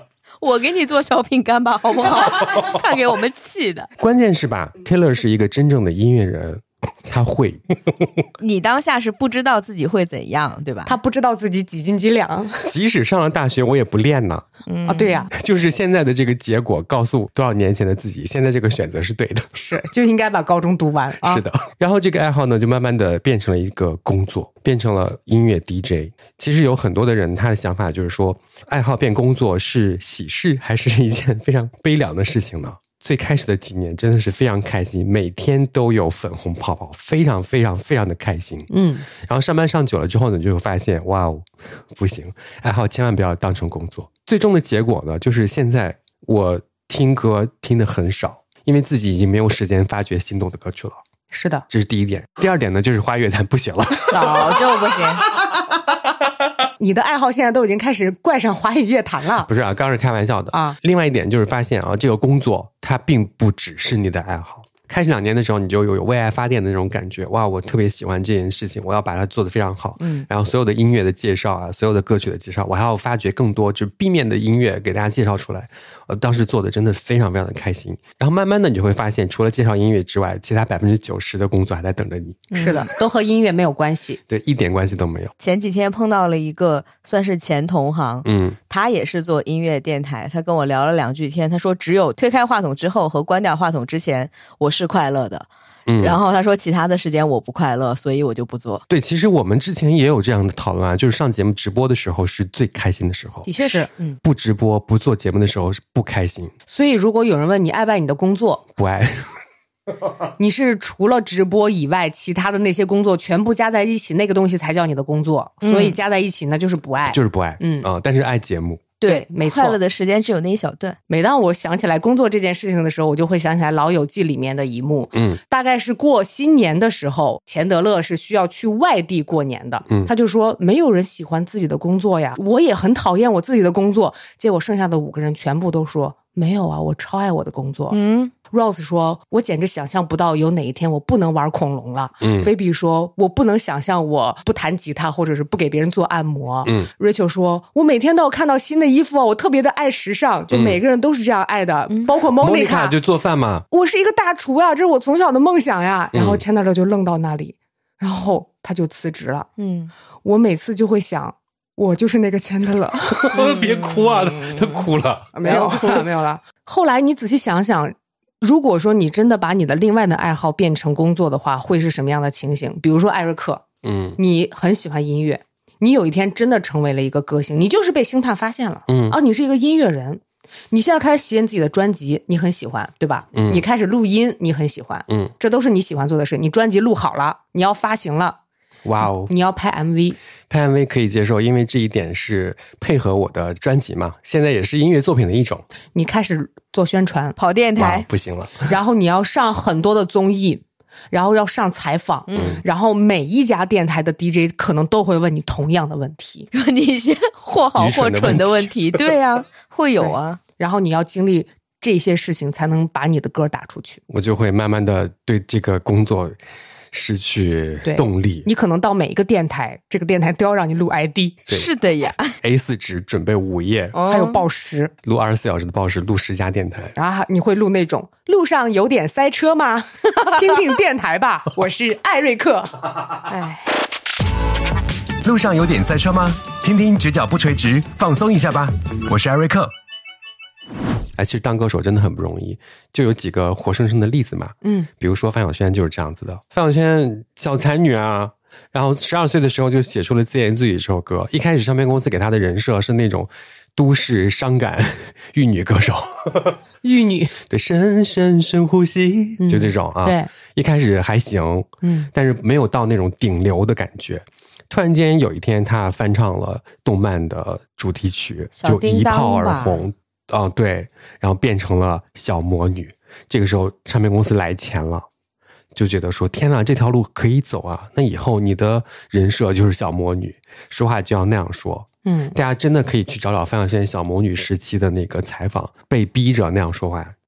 我给你做小饼干吧，好不好？看给我们气的。 关键是吧 ，Taylor 是一个真正的音乐人。他会你当下是不知道自己会怎样，对吧？ 他不知道自己几斤几两， 即使上了大学我也不练呢。 嗯、啊，对呀、 啊，就是现在的这个结果告诉多少年前的自己，现在这个选择是对的， 是就应该把高中读完啊。 是的，然后这个爱好呢就慢慢的变成了一个工作，变成了音乐 D J。 其实有很多的人他的想法就是说，爱好变工作是喜事还是一件非常悲凉的事情呢？最开始的几年真的是非常开心，每天都有粉红泡泡，非常非常非常的开心。 嗯， 然后上班上久了之后呢，就会发现哇哦，不行，爱好千万不要当成工作。最终的结果呢，就是现在我听歌听得很少，因为自己已经没有时间发掘心动的歌曲了。 是的， 这是第一点。第二点呢，就是花乐坛不行了， 早就不行。 你的爱好现在都已经开始怪上华语乐坛了。 不是啊，刚是开玩笑的啊。 另外一点就是发现啊，这个工作它并不只是你的爱好。开始两年的时候，你就有为爱发电的那种感觉，哇，我特别喜欢这件事情，我要把它做得非常好。 嗯， 然后所有的音乐的介绍啊，所有的歌曲的介绍，我还要发掘更多就是 B 面的音乐给大家介绍出来。我当时做的真的非常非常的开心。然后慢慢的你就会发现，除了介绍音乐之外，其他百分之九十的工作还在等着你。 是的，都和音乐没有关系。 对，一点关系都没有。 前几天碰到了一个算是前同行， 嗯， 他也是做音乐电台，他跟我聊了两句天，他说只有推开话筒之后和关掉话筒之前，我是快乐的。 嗯， 然后他说其他的时间我不快乐，所以我就不做。 对，其实我们之前也有这样的讨论啊，就是上节目直播的时候是最开心的时候， 的确是，嗯， 不直播不做节目的时候是不开心。 所以如果有人问你爱不爱你的工作， 不爱。 你是除了直播以外其他的那些工作全部加在一起，那个东西才叫你的工作、嗯、所以加在一起那就是不爱， 就是不爱。 嗯啊、呃，但是爱节目。 对， 没错， 快乐的时间只有那一小段。 每当我想起来工作这件事情的时候，我就会想起来《老友记》里面的一幕。 嗯， 大概是过新年的时候，钱德勒是需要去外地过年的。 嗯， 他就说没有人喜欢自己的工作呀，我也很讨厌我自己的工作。结果剩下的五个人全部都说没有啊，我超爱我的工作。 嗯。 Rose 说我简直想象不到有哪一天我不能玩恐龙了。 嗯， 菲比说我不能想象我不弹吉他或者是不给别人做按摩。 嗯 Rachel 说我每天都要看到新的衣服，我特别的爱时尚，就每个人都是这样爱的、嗯、包括 Monica, Monica 就做饭嘛， 我是一个大厨呀，这是我从小的梦想呀。然后 Chandler 就愣到那里、嗯、然后他就辞职了。 嗯， 我每次就会想我就是那个 Chandler 别哭啊，他哭了。 没有了没有了。后来你仔细想想，如果说你真的把你的另外的爱好变成工作的话，会是什么样的情形？比如说艾瑞克， 嗯， 你很喜欢音乐，你有一天真的成为了一个歌星，你就是被星探发现了， 嗯， 啊，你是一个音乐人，你现在开始实验自己的专辑，你很喜欢，对吧？ 嗯， 你开始录音，你很喜欢， 嗯， 这都是你喜欢做的事。你专辑录好了，你要发行了。 哇哦！ 你要拍 M V， 拍 M V 可以接受，因为这一点是配合我的专辑嘛，现在也是音乐作品的一种。 你开始做宣传， 跑电台， 不行了。 然后你要上很多的综艺，然后要上采访，嗯，然后每一家电台的 D J 可能都会问你同样的问题， 问你一些或好或蠢的问题，对呀、啊，会有啊。 然后你要经历这些事情，才能把你的歌打出去。 我就会慢慢的对这个工作失去动力。 你可能到每一个电台，这个电台都要让你录 I D。 是的呀 ，A 四 纸准备五页、 哦，还有报时， 录二十四小时的报时，录十家电台。 然后你会录那种路上有点塞车吗？听听电台吧，我是艾瑞克。 哎， 路上有点塞车吗？听听直角不垂直，放松一下吧。我是艾瑞克。 哎，其实当歌手真的很不容易，就有几个活生生的例子嘛。 嗯， 比如说范晓萱就是这样子的。范晓萱小才女啊，然后十二岁的时候就写出了自言自语这首歌。一开始唱片公司给她的人设是那种都市伤感玉女歌手， 玉女， 对，深深深呼吸， 嗯、 就这种啊。 对， 一开始还行， 嗯， 但是没有到那种顶流的感觉。突然间有一天，她翻唱了动漫的主题曲，就一炮而红。哦，对，然后变成了小魔女。这个时候唱片公司来钱了，就觉得说天哪，这条路可以走啊，那以后你的人设就是小魔女，说话就要那样说。 嗯， 大家真的可以去找找范晓萱小魔女时期的那个采访，被逼着那样说话，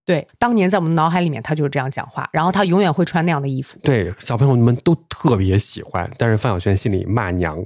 对，当年在我们脑海里面他就是这样讲话，然后他永远会穿那样的衣服。 对，小朋友们都特别喜欢，但是范晓萱心里骂娘。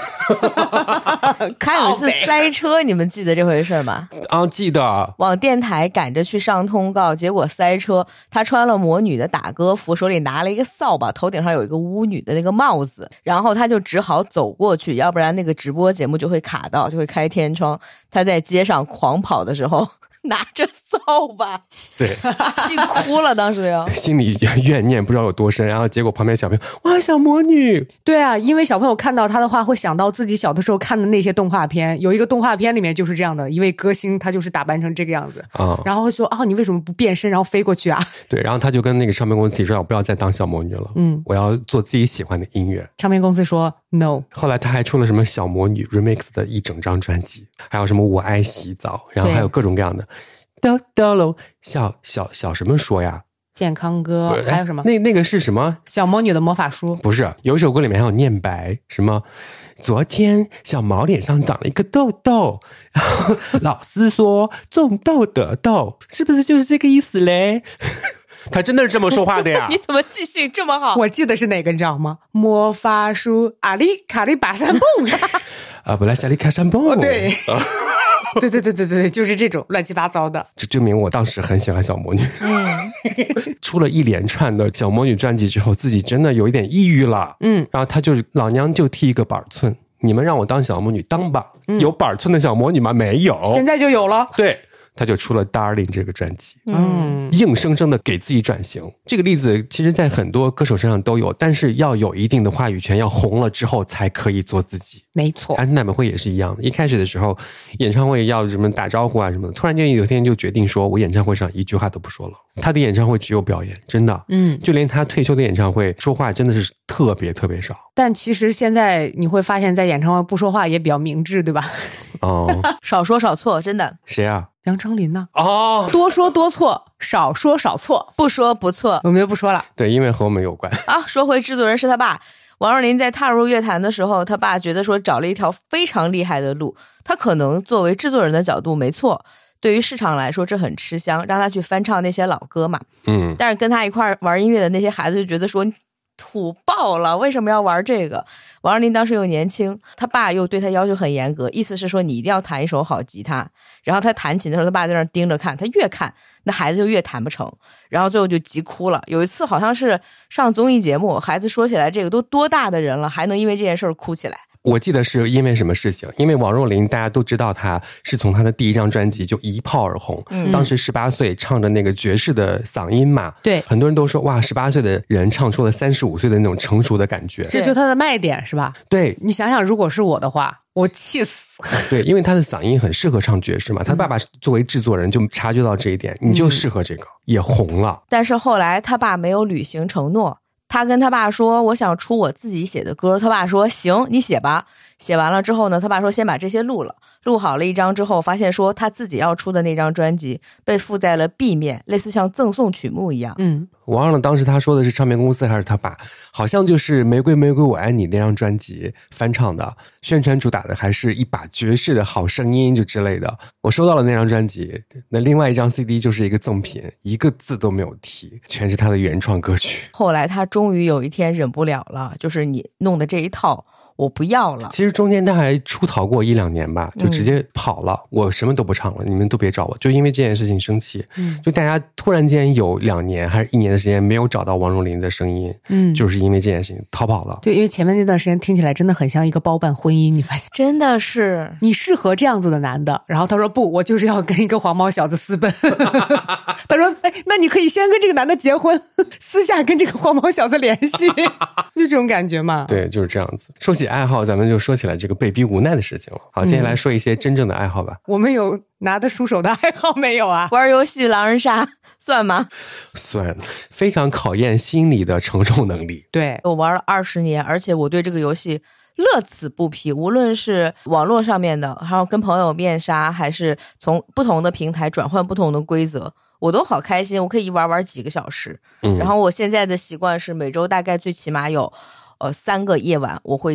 还有一次塞车，你们记得这回事吗？ 啊，记得。 往电台赶着去上通告，结果塞车。他穿了魔女的打歌服，手里拿了一个扫把，头顶上有一个巫女的那个帽子，然后他就只好走过去，要不然那个直播节目就会卡到，就会开天窗。他在街上狂跑的时候拿着扫把， 对， 气哭了，当时要心里怨念不知道有多深，然后结果旁边小朋友哇，小魔女。 对啊，因为小朋友看到他的话会想到自己小的时候看的那些动画片，有一个动画片里面就是这样的一位歌星，他就是打扮成这个样子啊、嗯，然后会说啊，你为什么不变身然后飞过去啊？对， 然后他就跟那个唱片公司提出来，我不要再当小魔女了，嗯，我要做自己喜欢的音乐。 唱片公司说 no。 后来他还出了什么小魔女 remix 的一整张专辑，还有什么我爱洗澡，然后还有各种各样的叨叨喽，小小小什么说呀？ 健康歌，还有什么？ 那那个是什么？ 小魔女的魔法书？ 不是，有一首歌里面还有念白，什么？昨天小毛脸上长了一个痘痘，然后老师说种痘得痘，是不是就是这个意思嘞？他真的是这么说话的呀？ 你怎么记性这么好？ 我记得是哪个你知道吗？魔法书阿里卡里巴山蹦啊，布莱夏利卡山蹦、 哦、对、啊对对对对对，就是这种乱七八糟的。 这证明我当时很喜欢小魔女。嗯，出了一连串的小魔女专辑之后，自己真的有一点抑郁了。嗯，然后他就是老娘就剃一个板寸，你们让我当小魔女当吧、嗯、有板寸的小魔女吗？没有， 现在就有了。 对，他就出了 Darling 这个专辑，嗯，硬生生的给自己转型。这个例子其实在很多歌手身上都有，但是要有一定的话语权，要红了之后才可以做自己。 没错， 安室奈美惠也是一样的，一开始的时候演唱会要什么打招呼啊什么的，突然间有一天就决定说我演唱会上一句话都不说了。他的演唱会只有表演，真的，嗯，就连他退休的演唱会说话真的是特别特别少。 但其实现在你会发现在演唱会不说话也比较明智，对吧？ 哦， 少说少错，真的。 谁啊？ 杨丞琳呢？ 哦， 多说多错，少说少错， 不说不错。 我们就不说了。 对，因为和我们有关。 啊，说回制作人是他爸。王若琳在踏入乐坛的时候，他爸觉得说找了一条非常厉害的路，他可能作为制作人的角度没错，对于市场来说这很吃香，让他去翻唱那些老歌嘛。嗯，但是跟他一块玩音乐的那些孩子就觉得说土爆了，为什么要玩这个？王若琳当时又年轻，他爸又对他要求很严格，意思是说你一定要弹一手好吉他。然后他弹琴的时候，他爸在那儿盯着看，他越看那孩子就越弹不成，然后最后就急哭了。有一次好像是上综艺节目，孩子说起来这个都多大的人了，还能因为这件事儿哭起来。 我记得是因为什么事情，因为王若琳大家都知道她是从她的第一张专辑就一炮而红、嗯、当时十八岁唱着那个爵士的嗓音嘛， 对， 很多人都说哇，十八岁的人唱出了三十五岁的那种成熟的感觉， 这就是她的卖点是吧？ 对， 你想想如果是我的话我气死。 对，因为他的嗓音很适合唱爵士嘛，他爸爸作为制作人就察觉到这一点、嗯、你就适合这个，也红了。 但是后来他爸没有履行承诺，他跟他爸说我想出我自己写的歌，他爸说行你写吧。写完了之后呢，他爸说先把这些录了，录好了一张之后发现说他自己要出的那张专辑被附在了 B 面，类似像赠送曲目一样。嗯， 我忘了当时他说的是唱片公司还是他爸，好像就是玫瑰玫瑰我爱你那张专辑翻唱的，宣传主打的还是一把爵士的好声音就之类的。我收到了那张专辑，那另外一张 C D 就是一个赠品，一个字都没有提，全是他的原创歌曲。 后来他终于有一天忍不了了，就是你弄的这一套我不要了。 其实中间他还出逃过一两年吧，就直接跑了、嗯、我什么都不唱了，你们都别找我，就因为这件事情生气、嗯、就大家突然间有两年还是一年的时间没有找到王若琳的声音，嗯，就是因为这件事情逃跑了。 对，因为前面那段时间听起来真的很像一个包办婚姻，你发现真的是你适合这样子的男的，然后他说不，我就是要跟一个黄毛小子私奔他说哎，那你可以先跟这个男的结婚，私下跟这个黄毛小子联系就这种感觉嘛。 对，就是这样子。说起爱好，咱们就说起来这个被逼无奈的事情了。好，接下来说一些真正的爱好吧。 嗯、我们有拿得出手的爱好没有啊？ 玩游戏狼人杀算吗？ 算，非常考验心理的承受能力。 对， 我玩了二十年，而且我对这个游戏乐此不疲，无论是网络上面的，还有跟朋友面杀，还是从不同的平台转换不同的规则，我都好开心，我可以一玩玩几个小时、嗯、然后我现在的习惯是每周大概最起码有呃三个夜晚我会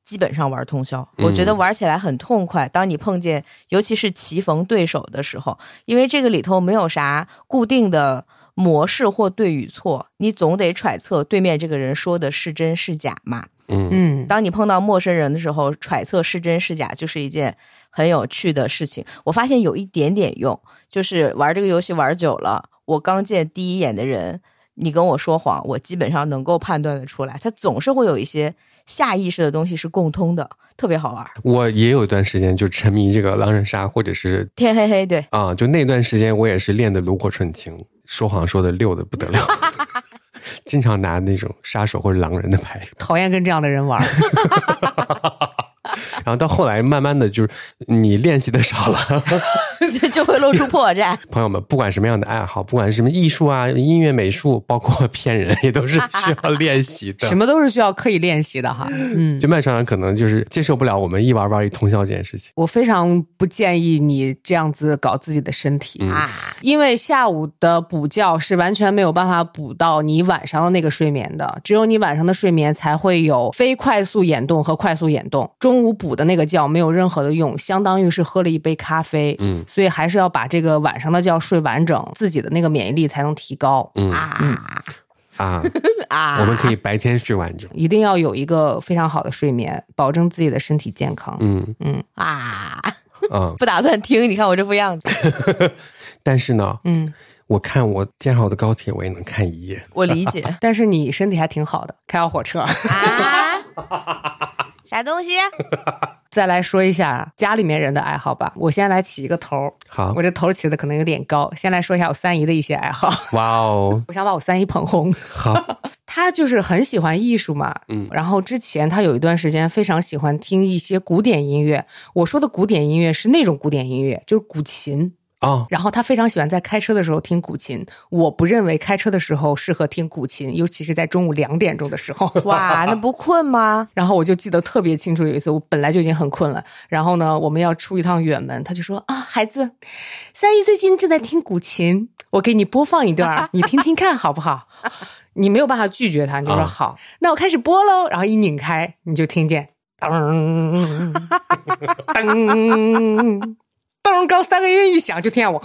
基本上玩通宵。我觉得玩起来很痛快，当你碰见尤其是棋逢对手的时候，因为这个里头没有啥固定的模式或对与错，你总得揣测对面这个人说的是真是假嘛。 嗯嗯， 当你碰到陌生人的时候，揣测是真是假就是一件很有趣的事情。我发现有一点点用，就是玩这个游戏玩久了，我刚见第一眼的人，你跟我说谎，我基本上能够判断得出来，他总是会有一些下意识的东西是共通的，特别好玩。 我也有一段时间就沉迷这个狼人杀或者是天黑黑，对啊，就那段时间我也是练的炉火纯青，说谎说的溜的不得了。经常拿那种杀手或者狼人的牌， 讨厌跟这样的人玩。 然后到后来慢慢的就是你练习的少了就会露出破绽。 朋友们，不管什么样的爱好，不管什么艺术啊、音乐、美术，包括骗人，也都是需要练习的。 什么都是需要刻意练习的哈。嗯， 就麦船长可能就是接受不了我们一玩玩一通宵这件事情。 我非常不建议你这样子搞自己的身体、 嗯、 啊，因为下午的补觉是完全没有办法补到你晚上的那个睡眠的，只有你晚上的睡眠才会有非快速眼动和快速眼动。中午补的那个觉没有任何的用，相当于是喝了一杯咖啡。 嗯， 所以还是要把这个晚上的觉睡完整，自己的那个免疫力才能提高。 嗯啊啊啊！ 我们可以白天睡完整， 一定要有一个非常好的睡眠，保证自己的身体健康。 嗯嗯啊嗯， 不打算听，你看我这副样子。 但是呢， 嗯， 我看我建好的高铁，我也能看一夜。 我理解， 但是你身体还挺好的，开好火车啊？啥东西？ 再来说一下家里面人的爱好吧。我先来起一个头， 好， 我这头起的可能有点高。先来说一下我三姨的一些爱好。 哇哦， 我想把我三姨捧红。 好， 她就是很喜欢艺术嘛， 嗯， 然后之前她有一段时间非常喜欢听一些古典音乐。我说的古典音乐是那种古典音乐，就是古琴。 哦， 然后他非常喜欢在开车的时候听古琴，我不认为开车的时候适合听古琴，尤其是在中午两点钟的时候。 哇，那不困吗？ 然后我就记得特别清楚，有一次我本来就已经很困了，然后呢我们要出一趟远门，他就说啊，孩子，三姨最近正在听古琴，我给你播放一段，你听听看好不好？你没有办法拒绝他，你就说好，啊、那我开始播喽。然后一拧开，你就听见噔噔。噔，刚三个音一响，就听见我，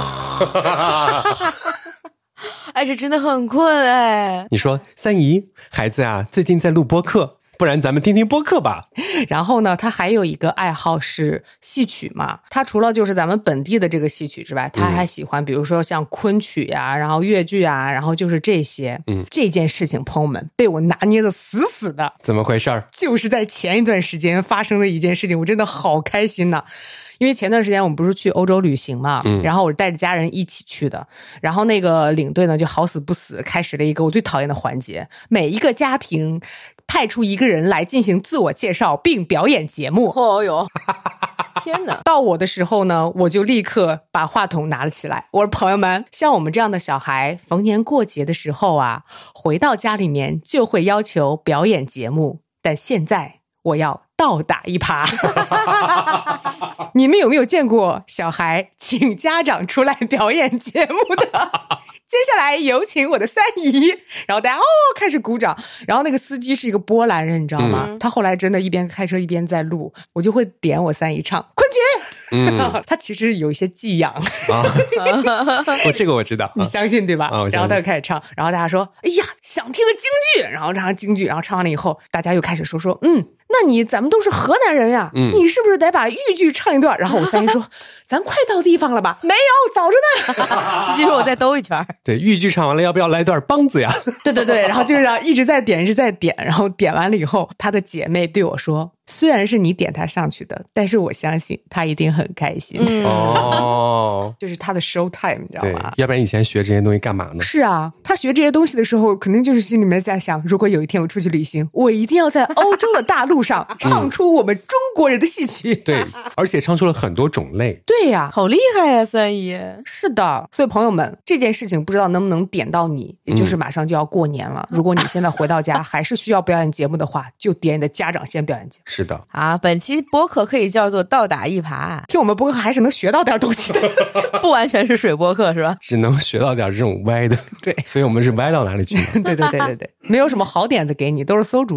哎，这真的很困哎。 你说三姨，孩子啊，最近在录播客，不然咱们听听播客吧。 然后呢，他还有一个爱好是戏曲嘛，他除了就是咱们本地的这个戏曲之外，他还喜欢比如说像昆曲呀、啊，然后越剧啊，然后就是这些。嗯，这件事情朋友们被我拿捏的死死的。 怎么回事？就是在前一段时间发生的一件事情，我真的好开心呐、啊。因为前段时间我们不是去欧洲旅行嘛，嗯，然后我带着家人一起去的，然后那个领队呢就好死不死开始了一个我最讨厌的环节，每一个家庭派出一个人来进行自我介绍并表演节目。 哦哟，天哪！ 到我的时候呢，我就立刻把话筒拿了起来，我说朋友们，像我们这样的小孩逢年过节的时候啊，回到家里面就会要求表演节目，但现在我要倒打一耙。你们有没有见过小孩请家长出来表演节目的？接下来有请我的三姨，然后大家哦开始鼓掌，然后那个司机是一个波兰人，你知道吗？嗯、他后来真的一边开车一边在录，我就会点我三姨唱昆曲，嗯，他其实有一些寄养啊， 哦，这个我知道， 你相信对吧？ 啊、 然后他就开始唱，然后大家说，哎呀，想听个京剧，然后唱京剧，然后唱完了以后，大家又开始说说，嗯。那你咱们都是河南人呀，嗯、你是不是得把豫剧唱一段？然后我三姨说，咱快到地方了吧？没有，早着呢。 司机说我再兜一圈。 对，豫剧唱完了，要不要来段梆子呀？ 对对对，然后就是一直在点，一直在点，然后点完了以后，他的姐妹对我说，虽然是你点他上去的，但是我相信他一定很开心。 嗯、 哦， 就是他的 show time， 你知道吗？ 要不然以前学这些东西干嘛呢？ 是啊，他学这些东西的时候，肯定就是心里面在想，如果有一天我出去旅行，我一定要在欧洲的大陆上唱出我们中国人的戏曲。 对，而且唱出了很多种类。 对呀、啊， 好厉害呀、啊，三姨。 是的，所以朋友们，这件事情不知道能不能点到你，也就是马上就要过年了。嗯、如果你现在回到家还是需要表演节目的话，就点你的家长先表演节目。 是的。 啊，本期播客可以叫做倒打一耙， 听我们播客还是能学到点东西的， 不完全是水播客是吧？ 只能学到点这种歪的。 对， 所以我们是歪到哪里去？ 对对对对对，没有什么好点子给你，都是馊主意。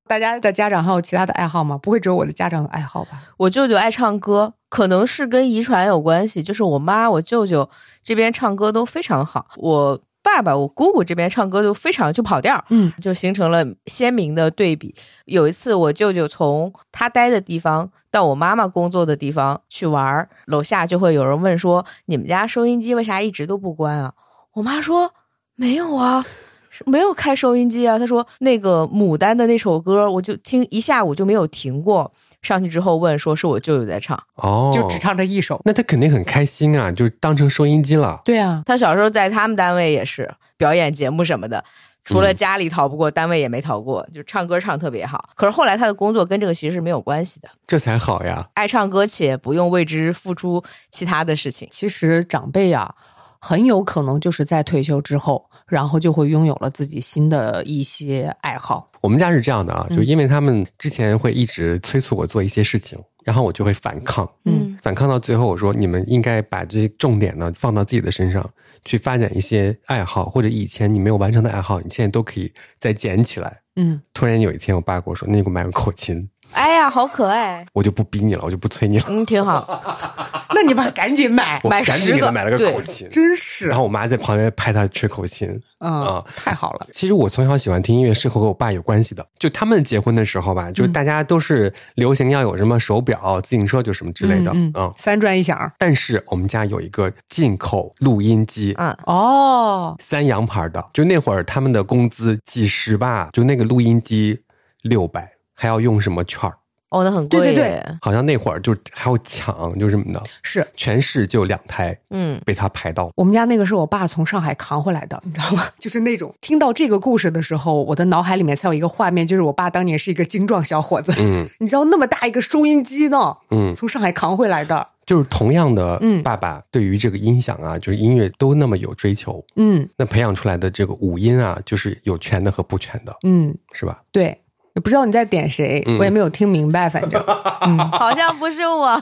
大家的家长还有其他的爱好吗？不会只有我的家长有爱好吧？ 我舅舅爱唱歌，可能是跟遗传有关系，就是我妈我舅舅这边唱歌都非常好，我爸爸我姑姑这边唱歌就非常就跑调， 嗯， 就形成了鲜明的对比。有一次我舅舅从他待的地方到我妈妈工作的地方去玩，楼下就会有人问说，你们家收音机为啥一直都不关啊？我妈说没有啊，没有开收音机啊。她说那个牡丹的那首歌我就听一下午就没有停过，上去之后问说是我舅舅在唱， 哦， 就只唱这一首。 那他肯定很开心啊，就当成收音机了。 对啊， 他小时候在他们单位也是表演节目什么的，除了家里逃不过，嗯、单位也没逃过，就唱歌唱特别好。可是后来他的工作跟这个其实是没有关系的， 这才好呀， 爱唱歌且不用为之付出其他的事情。 其实长辈啊，很有可能就是在退休之后，然后就会拥有了自己新的一些爱好。 我们家是这样的啊，就因为他们之前会一直催促我做一些事情，然后我就会反抗， 嗯， 反抗到最后我说你们应该把这些重点呢放到自己的身上，去发展一些爱好，或者以前你没有完成的爱好，你现在都可以再捡起来。 嗯， 突然有一天我爸跟我说，那你给我买个口琴。 哎呀，好可爱！ 我就不逼你了，我就不催你了。 嗯，挺好。 那你爸赶紧买， 我赶紧给他买了个口琴， 真是。 然后我妈在旁边拍他吹口琴， 嗯啊、嗯，太好了。 其实我从小喜欢听音乐是和我爸有关系的。就他们结婚的时候吧，就大家都是流行要有什么手表、自行车，就什么之类的， 嗯，嗯三转一响。 但是我们家有一个进口录音机， 嗯， 哦， 三洋牌的，就那会儿他们的工资几十吧，就那个录音机六百，还要用什么券儿。 哦，那很贵， 对对对， 好像那会儿就还要抢，就什么的， 是全市就两台， 嗯， 被他排到。 我们家那个是我爸从上海扛回来的，你知道吗？就是那种听到这个故事的时候，我的脑海里面才有一个画面，就是我爸当年是一个精壮小伙子， 嗯， 你知道那么大一个收音机呢， 嗯， 从上海扛回来的。 就是同样的爸爸对于这个音响啊，嗯、就是音乐都那么有追求， 嗯， 那培养出来的这个五音啊，就是有全的和不全的， 嗯， 是吧？ 对。也不知道你在点谁、嗯、我也没有听明白，反正嗯， 好像不是我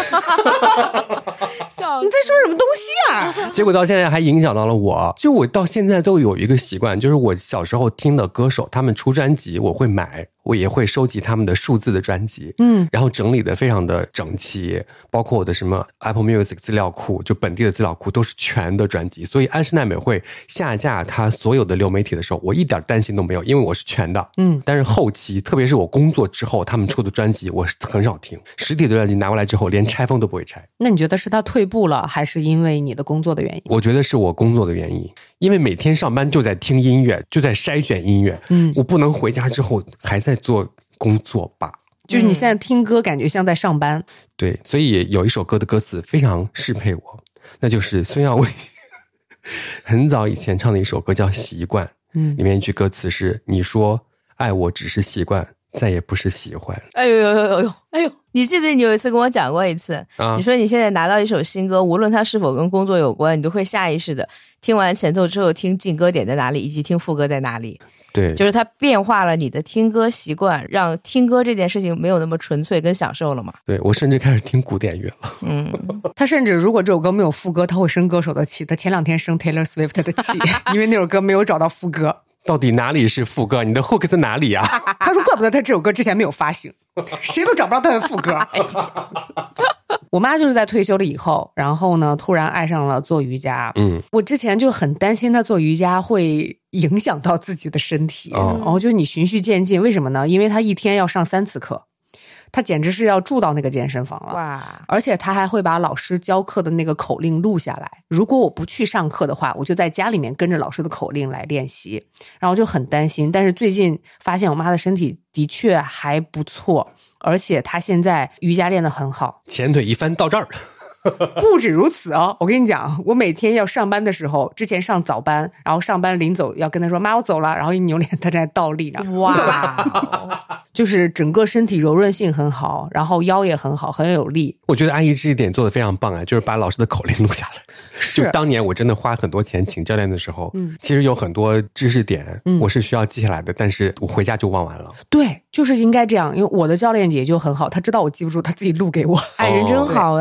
笑你在说什么东西啊？ 结果到现在还影响到了我，就我到现在都有一个习惯，就是我小时候听的歌手他们出专辑我会买，我也会收集他们的数字的专辑， 嗯， 然后整理的非常的整齐，包括我的什么 Apple Music 资料库，就本地的资料库都是全的专辑，所以安室奈美惠下架它所有的流媒体的时候，我一点担心都没有，因为我是全的， 嗯， 但是后期特别是我工作之后他们出的专辑我很少听，实体的专辑拿过来之后连拆封都不会拆。 那你觉得是他退步了，还是因为你的工作的原因？ 我觉得是我工作的原因，因为每天上班就在听音乐，就在筛选音乐， 嗯， 我不能回家之后还在做工作吧， 就是你现在听歌感觉像在上班。 对，所以有一首歌的歌词非常适配我，那就是孙耀威很早以前唱的一首歌叫《习惯》， 嗯， 里面一句歌词是你说爱我只是习惯，再也不是喜欢。 哎呦呦呦呦哎呦！你记不记得你有一次跟我讲过一次、啊、你说你现在拿到一首新歌，无论它是否跟工作有关，你都会下意识的听完前奏之后听进歌点在哪里，以及听副歌在哪里。 对， 就是它变化了你的听歌习惯，让听歌这件事情没有那么纯粹跟享受了嘛。 对，我甚至开始听古典乐了。 嗯， 他甚至如果这首歌没有副歌，他会生歌手的气。他前两天生 Taylor Swift 的气，因为那首歌没有找到副歌。 到底哪里是副歌？你的 hook 在哪里啊？ 他说怪不得他这首歌之前没有发行，谁都找不到他的副歌。我妈就是在退休了以后，然后呢突然爱上了做瑜伽。 嗯， 我之前就很担心她做瑜伽会影响到自己的身体， 哦、 然后就你循序渐进。为什么呢？因为她一天要上三次课，她简直是要住到那个健身房了。 哇！ 而且她还会把老师教课的那个口令录下来。如果我不去上课的话，我就在家里面跟着老师的口令来练习，然后就很担心。但是最近发现我妈的身体的确还不错，而且她现在瑜伽练得很好。 前腿一翻到这儿。 不止如此哦，我跟你讲，我每天要上班的时候，之前上早班，然后上班临走要跟他说妈我走了，然后一扭脸他在倒立呢。 哇， 就是整个身体柔韧性很好，然后腰也很好，很有力。 我觉得阿姨这一点做得非常棒啊，就是把老师的口令录下来。 是， 就当年我真的花很多钱请教练的时候，嗯，其实有很多知识点我是需要记下来的，嗯，但是我回家就忘完了。 对，就是应该这样，因为我的教练也就很好，他知道我记不住，他自己录给我。 哎，人真好哎。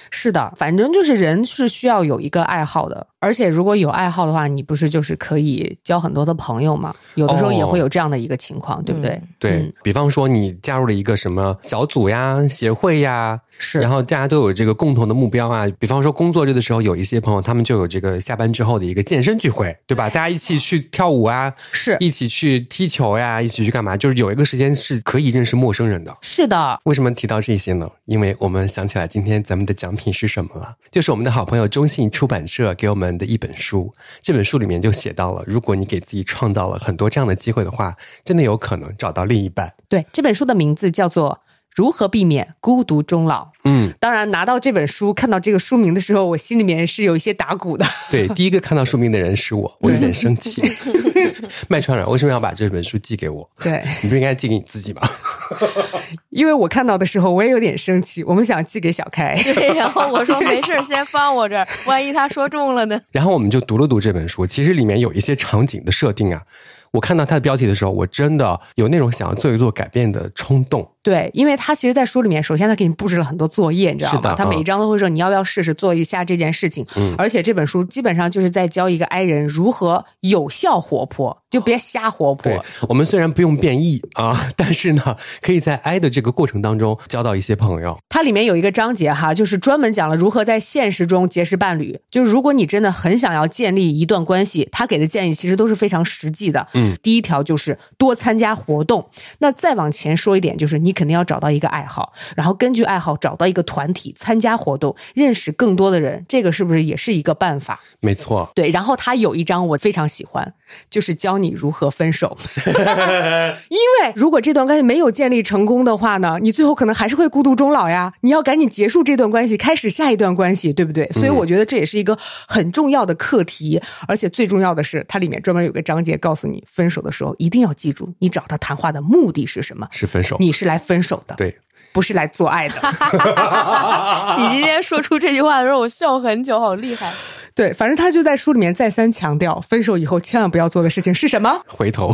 是的，反正就是人是需要有一个爱好的，而且如果有爱好的话，你不是就是可以交很多的朋友吗？有的时候也会有这样的一个情况，哦、对不对？ 对、嗯、比方说你加入了一个什么小组呀、协会呀， 是， 然后大家都有这个共同的目标啊。比方说工作日的时候，有一些朋友他们就有这个下班之后的一个健身聚会，对吧？大家一起去跳舞啊， 是一起去踢球呀，一起去干嘛？就是有一个时间是可以认识陌生人的。 是的。 为什么提到这些呢？因为我们想起来今天咱们的奖品是什么了，就是我们的好朋友中信出版社给我们的一本书。这本书里面就写到了，如果你给自己创造了很多这样的机会的话，真的有可能找到另一半。 对，这本书的名字叫做如何避免孤独终老。嗯，当然拿到这本书看到这个书名的时候，我心里面是有一些打鼓的。 对，第一个看到书名的人是我，我有点生气。麦川人为什么要把这本书寄给我？ 对， 你不应该寄给你自己吗？ 因为我看到的时候我也有点生气，我们想寄给小开。 对，然后我说没事，先放我这儿，万一他说中了呢。 然后我们就读了读这本书，其实里面有一些场景的设定啊，我看到它的标题的时候，我真的有那种想要做一做改变的冲动。 对，因为他其实在书里面，首先他给你布置了很多作业，你知道吗？他每一章都会说你要不要试试做一下这件事情。嗯，而且这本书基本上就是在教一个 I 人如何有效活泼，就别瞎活泼。 对，我们虽然不用变异啊，但是呢，可以在 I 的这个过程当中交到一些朋友。 它里面有一个章节哈，就是专门讲了如何在现实中结识伴侣。就是如果你真的很想要建立一段关系，他给的建议其实都是非常实际的。嗯，第一条就是多参加活动。那再往前说一点，就是你肯定要找到一个爱好，然后根据爱好找到一个团体，参加活动，认识更多的人，这个是不是也是一个办法？ 没错。 对，然后他有一章我非常喜欢，就是教你如何分手。因为如果这段关系没有建立成功的话呢，你最后可能还是会孤独终老呀，你要赶紧结束这段关系，开始下一段关系，对不对？所以我觉得这也是一个很重要的课题。嗯，而且最重要的是它里面专门有个章节告诉你，分手的时候一定要记住，你找他谈话的目的是什么？ 是分手。 你是来分手的， 对， 不是来做爱的。 你今天说出这句话的时候，我笑很久，好厉害。 对，反正他就在书里面再三强调，分手以后千万不要做的事情是什么？ 回头。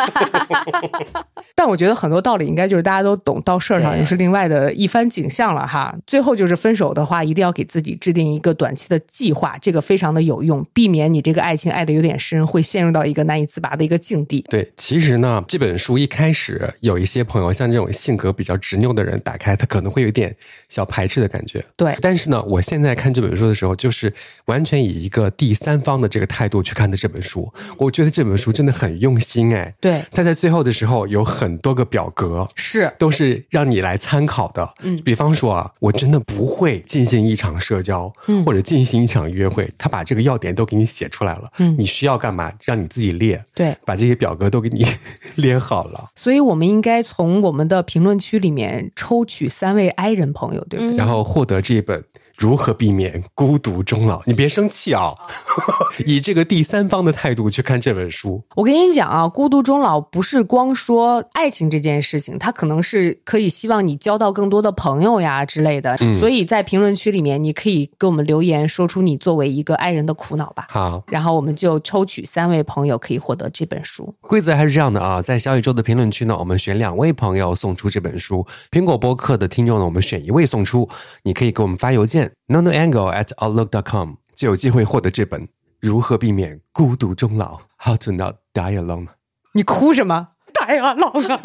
但我觉得很多道理应该就是大家都懂，到事儿上就是另外的一番景象了哈。最后就是分手的话，一定要给自己制定一个短期的计划，这个非常的有用，避免你这个爱情爱得有点深，会陷入到一个难以自拔的一个境地。 对，其实呢，这本书一开始有一些朋友像这种性格比较执拗的人打开，他可能会有一点小排斥的感觉。 对， 但是呢，我现在看这本书的时候，就是完全以一个第三方的这个态度去看的这本书，我觉得这本书真的很用心哎。 对， 他在最后的时候有很多个表格， 是都是让你来参考的。嗯，比方说啊，我真的不会进行一场社交，嗯，或者进行一场约会，他把这个要点都给你写出来了。嗯，你需要干嘛，让你自己列。 对， 把这些表格都给你列好了。 所以我们应该从我们的评论区里面抽取三位 I 人朋友，对不对？ 嗯，然后获得这本如何避免孤独终老。你别生气啊，以这个第三方的态度去看这本书。 我跟你讲啊，孤独终老不是光说爱情这件事情，它可能是可以希望你交到更多的朋友呀之类的。嗯，所以在评论区里面你可以给我们留言，说出你作为一个爱人的苦恼吧。 好， 然后我们就抽取三位朋友可以获得这本书。 规则还是这样的啊，在小宇宙的评论区呢，我们选两位朋友送出这本书，苹果播客的听众呢，我们选一位送出。你可以给我们发邮件 nonoangle at outlook dot com， 就有机会获得这本如何避免孤独终老 How to not die alone。 你哭什么 Die alone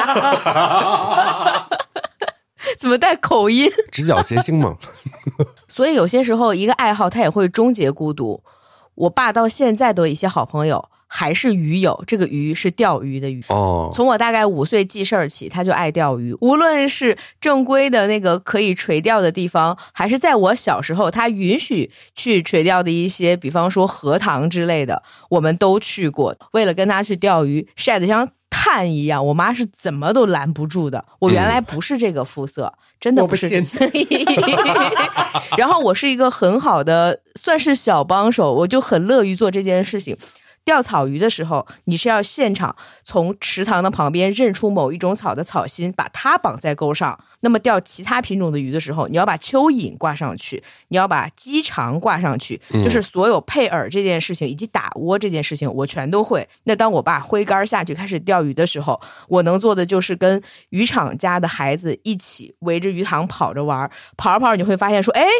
啊？ 怎么带口音？ 直角谐星嘛。 所以有些时候一个爱好它也会终结孤独。我爸到现在都有一些好朋友还是鱼友，这个鱼是钓鱼的鱼。哦，从我大概五岁记事儿起，他就爱钓鱼。无论是正规的那个可以垂钓的地方，还是在我小时候他允许去垂钓的一些，比方说荷塘之类的，我们都去过。为了跟他去钓鱼，晒得像炭一样，我妈是怎么都拦不住的。我原来不是这个肤色，嗯，真的不是。 我不信。 然后我是一个很好的，算是小帮手，我就很乐于做这件事情。钓草鱼的时候，你是要现场从池塘的旁边认出某一种草的草心，把它绑在钩上。那么钓其他品种的鱼的时候，你要把蚯蚓挂上去，你要把鸡肠挂上去，嗯，就是所有配饵这件事情以及打窝这件事情我全都会。那当我爸挥竿下去开始钓鱼的时候，我能做的就是跟渔场家的孩子一起围着鱼塘跑着玩，跑着跑着你会发现说，哎，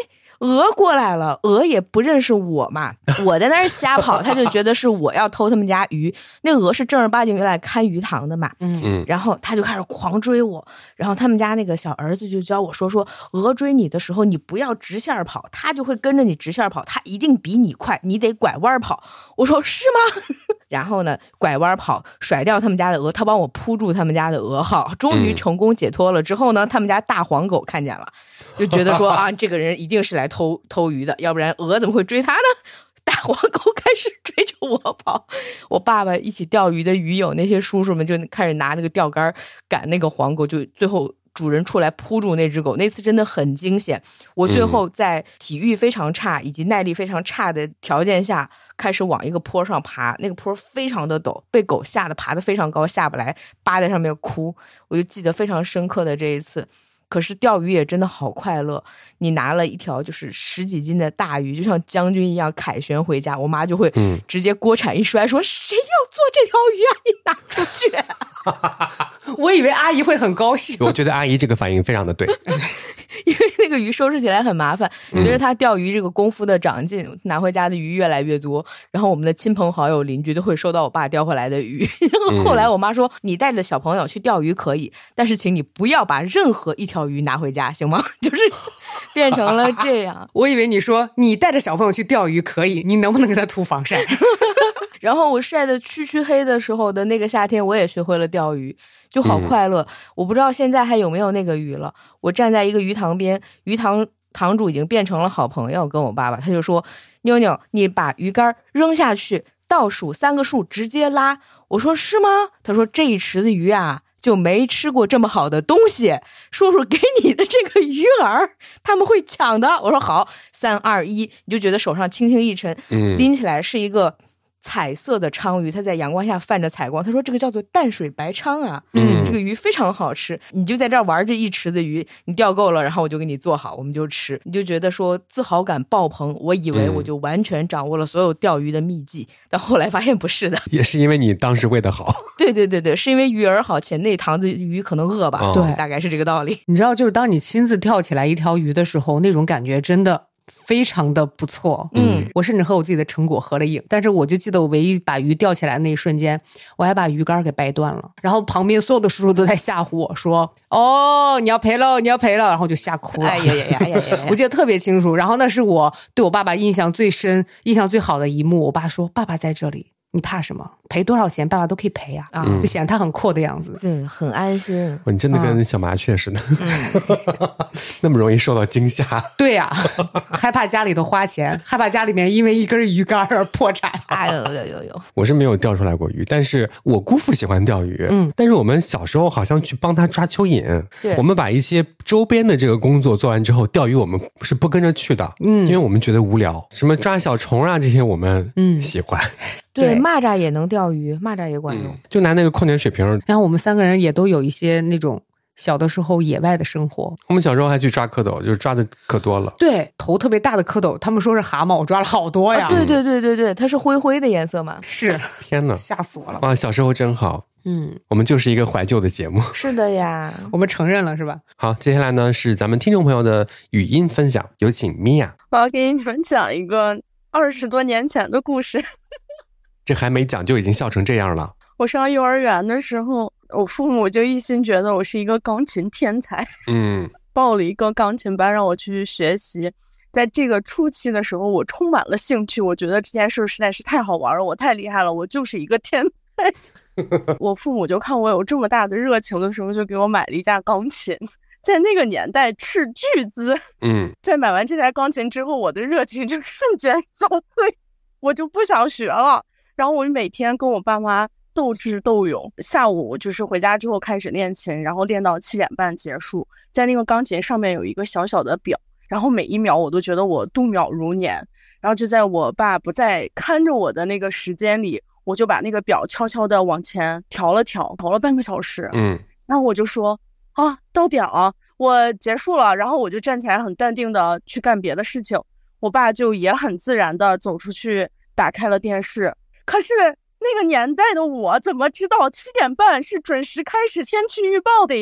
鹅过来了，鹅也不认识我嘛，我在那儿瞎跑，他就觉得是我要偷他们家鱼。那鹅是正儿八经原来看鱼塘的嘛，嗯，然后他就开始狂追我，然后他们家那个小儿子就教我说说，鹅追你的时候你不要直线跑，他就会跟着你直线跑，他一定比你快，你得拐弯跑。我说是吗？然后呢，拐弯跑，甩掉他们家的鹅，他帮我扑住他们家的鹅，好，终于成功解脱了。之后呢，他们家大黄狗看见了，就觉得说啊，这个人一定是来偷偷鱼的，要不然鹅怎么会追他呢？大黄狗开始追着我跑，我爸爸一起钓鱼的鱼友那些叔叔们就开始拿那个钓竿赶那个黄狗，就最后主人出来扑住那只狗，那次真的很惊险。我最后在体育非常差以及耐力非常差的条件下开始往一个坡上爬，那个坡非常的陡，被狗吓得爬得非常高下不来，扒在上面哭。我就记得非常深刻的这一次。可是钓鱼也真的好快乐，你拿了一条就是十几斤的大鱼，就像将军一样凯旋回家，我妈就会直接锅铲一摔说、嗯、谁要做这条鱼啊，你拿出去。 我以为阿姨会很高兴， 我觉得阿姨这个反应非常的对。 因为那个鱼收拾起来很麻烦，随着他钓鱼这个功夫的长进、嗯、拿回家的鱼越来越多，然后我们的亲朋好友邻居都会收到我爸钓回来的鱼。然后后来我妈说、嗯、你带着小朋友去钓鱼可以，但是请你不要把任何一条鱼拿回家行吗？就是变成了这样。 我以为你说你带着小朋友去钓鱼可以，你能不能给他涂防晒？ 然后我晒得黢黢黑的时候的那个夏天，我也学会了钓鱼，就好快乐、嗯、我不知道现在还有没有那个鱼了。我站在一个鱼塘边，鱼塘塘主已经变成了好朋友，跟我爸爸他就说，妞妞你把鱼竿扔下去，倒数三个数直接拉。我说是吗？他说这一池子鱼啊就没吃过这么好的东西，叔叔给你的这个鱼饵他们会抢的。我说好，三二一，你就觉得手上轻轻一沉、嗯、拎起来是一个彩色的鲳鱼，它在阳光下泛着彩光，他说这个叫做淡水白鲳啊，嗯，这个鱼非常好吃，你就在这儿玩这一池子鱼，你钓够了，然后我就给你做好，我们就吃，你就觉得说自豪感爆棚。我以为我就完全掌握了所有钓鱼的秘技、嗯、但后来发现不是的， 也是因为你当时喂得好。 对对对对，是因为鱼饵好，且那塘子鱼可能饿吧、哦、对，大概是这个道理。 你知道就是当你亲自钓起来一条鱼的时候，那种感觉真的非常的不错。嗯，我甚至和我自己的成果合了影，但是我就记得我唯一把鱼钓起来那一瞬间，我还把鱼竿给掰断了，然后旁边所有的叔叔都在吓唬我说，哦你要赔了你要赔了，然后就吓哭了。 哎呀呀呀呀呀！ 我记得特别清楚。然后那是我对我爸爸印象最深印象最好的一幕，我爸说，爸爸在这里你怕什么？赔多少钱爸爸都可以赔啊！啊、嗯，就显得他很阔的样子， 对，很安心。 你真的跟小麻雀似的，嗯、那么容易受到惊吓。 对呀、啊，害怕家里头花钱，害怕家里面因为一根鱼竿而破产。 哎呦呦呦呦！ 我是没有钓出来过鱼，但是我姑父喜欢钓鱼。嗯，但是我们小时候好像去帮他抓蚯蚓，对，我们把一些周边的这个工作做完之后，钓鱼我们是不跟着去的，嗯，因为我们觉得无聊。什么抓小虫啊这些我们嗯喜欢。 对，蚂蚱也能钓鱼，蚂蚱也管用、嗯、 就拿那个矿泉水瓶。 然后我们三个人也都有一些那种小的时候野外的生活。 我们小时候还去抓蝌蚪，就是抓的可多了。 对，头特别大的蝌蚪，他们说是蛤蟆，我抓了好多呀、 啊、对对对对对，它是灰灰的颜色嘛。 是， 天哪， 吓死我了。 哇，小时候真好。嗯，我们就是一个怀旧的节目。 是的呀， 我们承认了是吧？ 好，接下来呢是咱们听众朋友的语音分享，有请米娅。 我要给你们讲一个二十多年前的故事。 这还没讲就已经笑成这样了。 我上幼儿园的时候，我父母就一心觉得我是一个钢琴天才，嗯，报了一个钢琴班让我去学习。在这个初期的时候，我充满了兴趣，我觉得这件事实在是太好玩了，我太厉害了，我就是一个天才。我父母就看我有这么大的热情的时候，就给我买了一架钢琴。在那个年代斥巨资，嗯，在买完这台钢琴之后，我的热情就瞬间消退，我就不想学了。然后我每天跟我爸妈斗智斗勇，下午就是回家之后开始练琴，然后练到七点半结束。在那个钢琴上面有一个小小的表，然后每一秒我都觉得我度秒如年。然后就在我爸不再看着我的那个时间里，我就把那个表悄悄的往前调了调，调了半个小时。嗯，然后我就说啊，到点了，我结束了。然后我就站起来很淡定的去干别的事情。我爸就也很自然的走出去打开了电视。可是那个年代的我怎么知道七点半是准时开始天气预报的呀？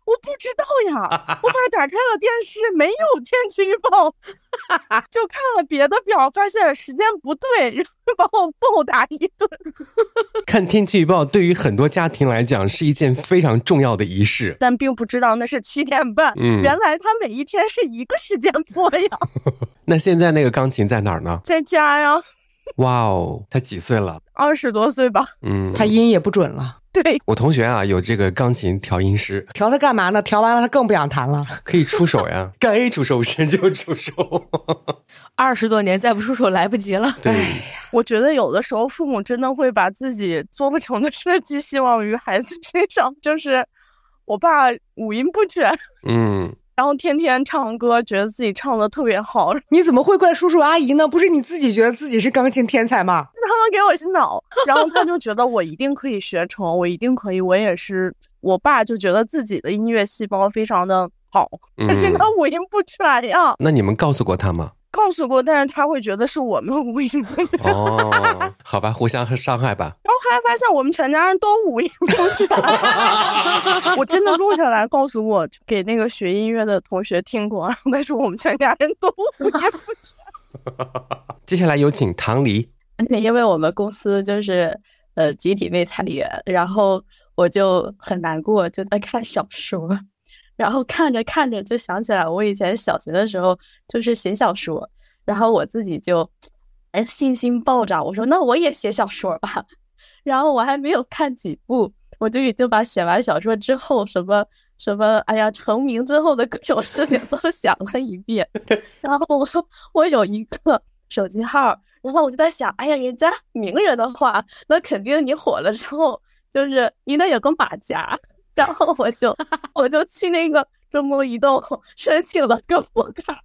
我不知道呀，我爸打开了电视，没有天气预报，就看了别的表，发现时间不对，然后把我暴打一顿。 看天气预报对于很多家庭来讲是一件非常重要的仪式， 但并不知道那是七点半。嗯，原来他每一天是一个时间播呀。 那现在那个钢琴在哪儿呢？ 在家呀。 哇哦，他几岁了？ 二十多岁吧。 嗯，他音也不准了。 对， 我同学啊有这个钢琴调音师， 调他干嘛呢？调完了他更不想弹了。 可以出手呀，该出手时就出手。 二十多年再不出手来不及了。 对， 我觉得有的时候父母真的会把自己做不成的设计希望于孩子身上。就是我爸五音不全，嗯。然后天天唱歌，觉得自己唱的特别好。 你怎么会怪叔叔阿姨呢？不是你自己觉得自己是钢琴天才吗？ 他们给我洗脑，然后他就觉得我一定可以学成，我一定可以，我也是。我爸就觉得自己的音乐细胞非常的好，可是他五音不全呀。 那你们告诉过他吗？ 告诉过，但是他会觉得是我们五音不全。 哦，好吧，互相伤害吧。 然后后来发现我们全家人都五音不全。我真的录下来告诉我给那个学音乐的同学听过，然后但是我们全家人都五音不全。 接下来有请唐黎。 因为我们公司就是呃集体被裁员，然后我就很难过，就在看小说。然后看着看着就想起来我以前小学的时候就是写小说，然后我自己就哎信心暴涨，我说那我也写小说吧。然后我还没有看几部，我就已经把写完小说之后什么什么哎呀成名之后的各种事情都想了一遍。然后我我有一个手机号，然后我就在想，哎呀人家名人的话，那肯定你火了之后就是你得有个马甲。然后我就我就去那个中国移动申请了个副卡。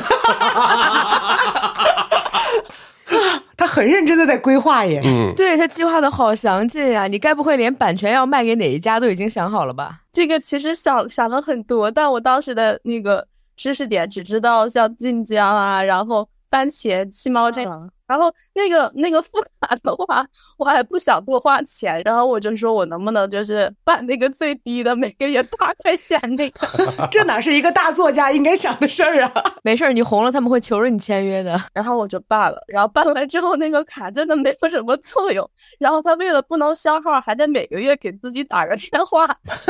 他很认真的在规划耶。 嗯，对，他计划的好详尽呀。你该不会连版权要卖给哪一家都已经想好了吧？ 这个其实想想了很多，但我当时的那个知识点只知道像晋江啊，然后番茄、七毛这个。然后那个那个副卡的话，我还不想多花钱，然后我就说我能不能就是办那个最低的，每个月八块钱那个。 这哪是一个大作家应该想的事儿啊！ 没事，你红了他们会求着你签约的。 然后我就办了，然后办完之后那个卡真的没有什么作用，然后他为了不能消耗，还得每个月给自己打个电话。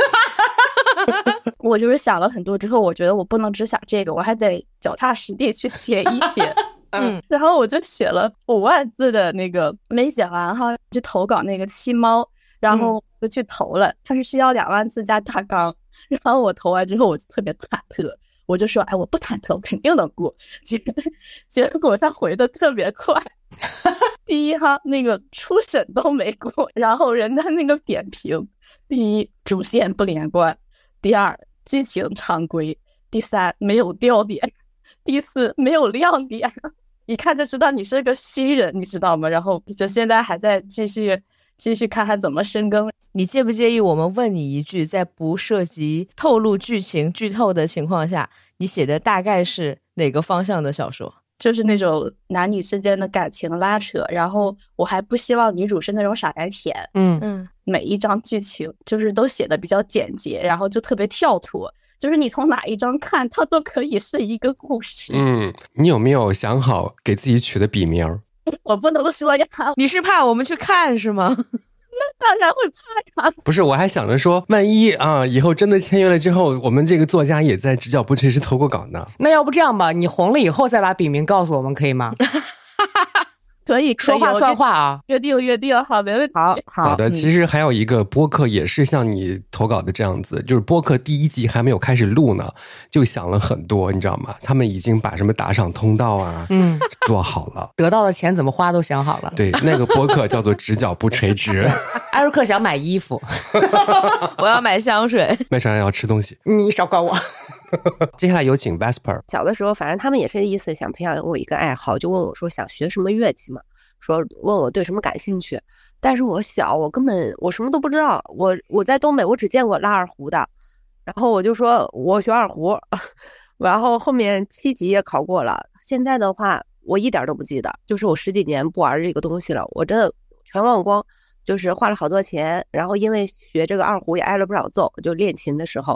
我就是想了很多之后，我觉得我不能只想这个，我还得脚踏实地去写一写。嗯，然后我就写了五万字的那个，没写完哈，就投稿那个七猫，然后就去投了。它是需要两万字加大纲，然后我投完之后我就特别忐忑，我就说，哎，我不忐忑，我肯定能过。结结果他回的特别快。第一哈，那个初审都没过，然后人家那个点评，第一主线不连贯，第二剧情常规，第三没有吊点，第四没有亮点。一看就知道你是个新人，你知道吗？然后就现在还在继续继续看看怎么深耕。 你介不介意我们问你一句，在不涉及透露剧情剧透的情况下，你写的大概是哪个方向的小说？ 就是那种男女之间的感情拉扯，然后我还不希望女主是那种傻白甜。嗯嗯，每一章剧情就是都写的比较简洁，然后就特别跳脱，就是你从哪一章看它都可以是一个故事。 嗯，你有没有想好给自己取的笔名？ 我不能说呀。 你是怕我们去看是吗？ 那当然会怕呀。 不是，我还想着说，万一啊，以后真的签约了之后，我们这个作家也在直角不垂直投过稿呢。 那要不这样吧，你红了以后再把笔名告诉我们，可以吗？ 可以， 说话算话啊！ 约定约定，好，没问题。 好好的，其实还有一个播客也是像你投稿的这样子，就是播客第一季还没有开始录呢，就想了很多，你知道吗？他们已经把什么打赏通道啊，嗯，做好了， 得到的钱怎么花都想好了。 对，那个播客叫做直角不垂直。 艾瑞克想买衣服， 我要买香水， 麦上要吃东西， 你少管我。 接下来有请 Vesper。 小的时候反正他们也是意思想培养我一个爱好，就问我说想学什么乐器嘛，说问我对什么感兴趣，但是我小，我根本我什么都不知道，我我在东北我只见过拉二胡的，然后我就说我学二胡，然后后面七级也考过了，现在的话我一点都不记得，就是我十几年不玩这个东西了，我真的全忘光，就是花了好多钱，然后因为学这个二胡也挨了不少揍，就练琴的时候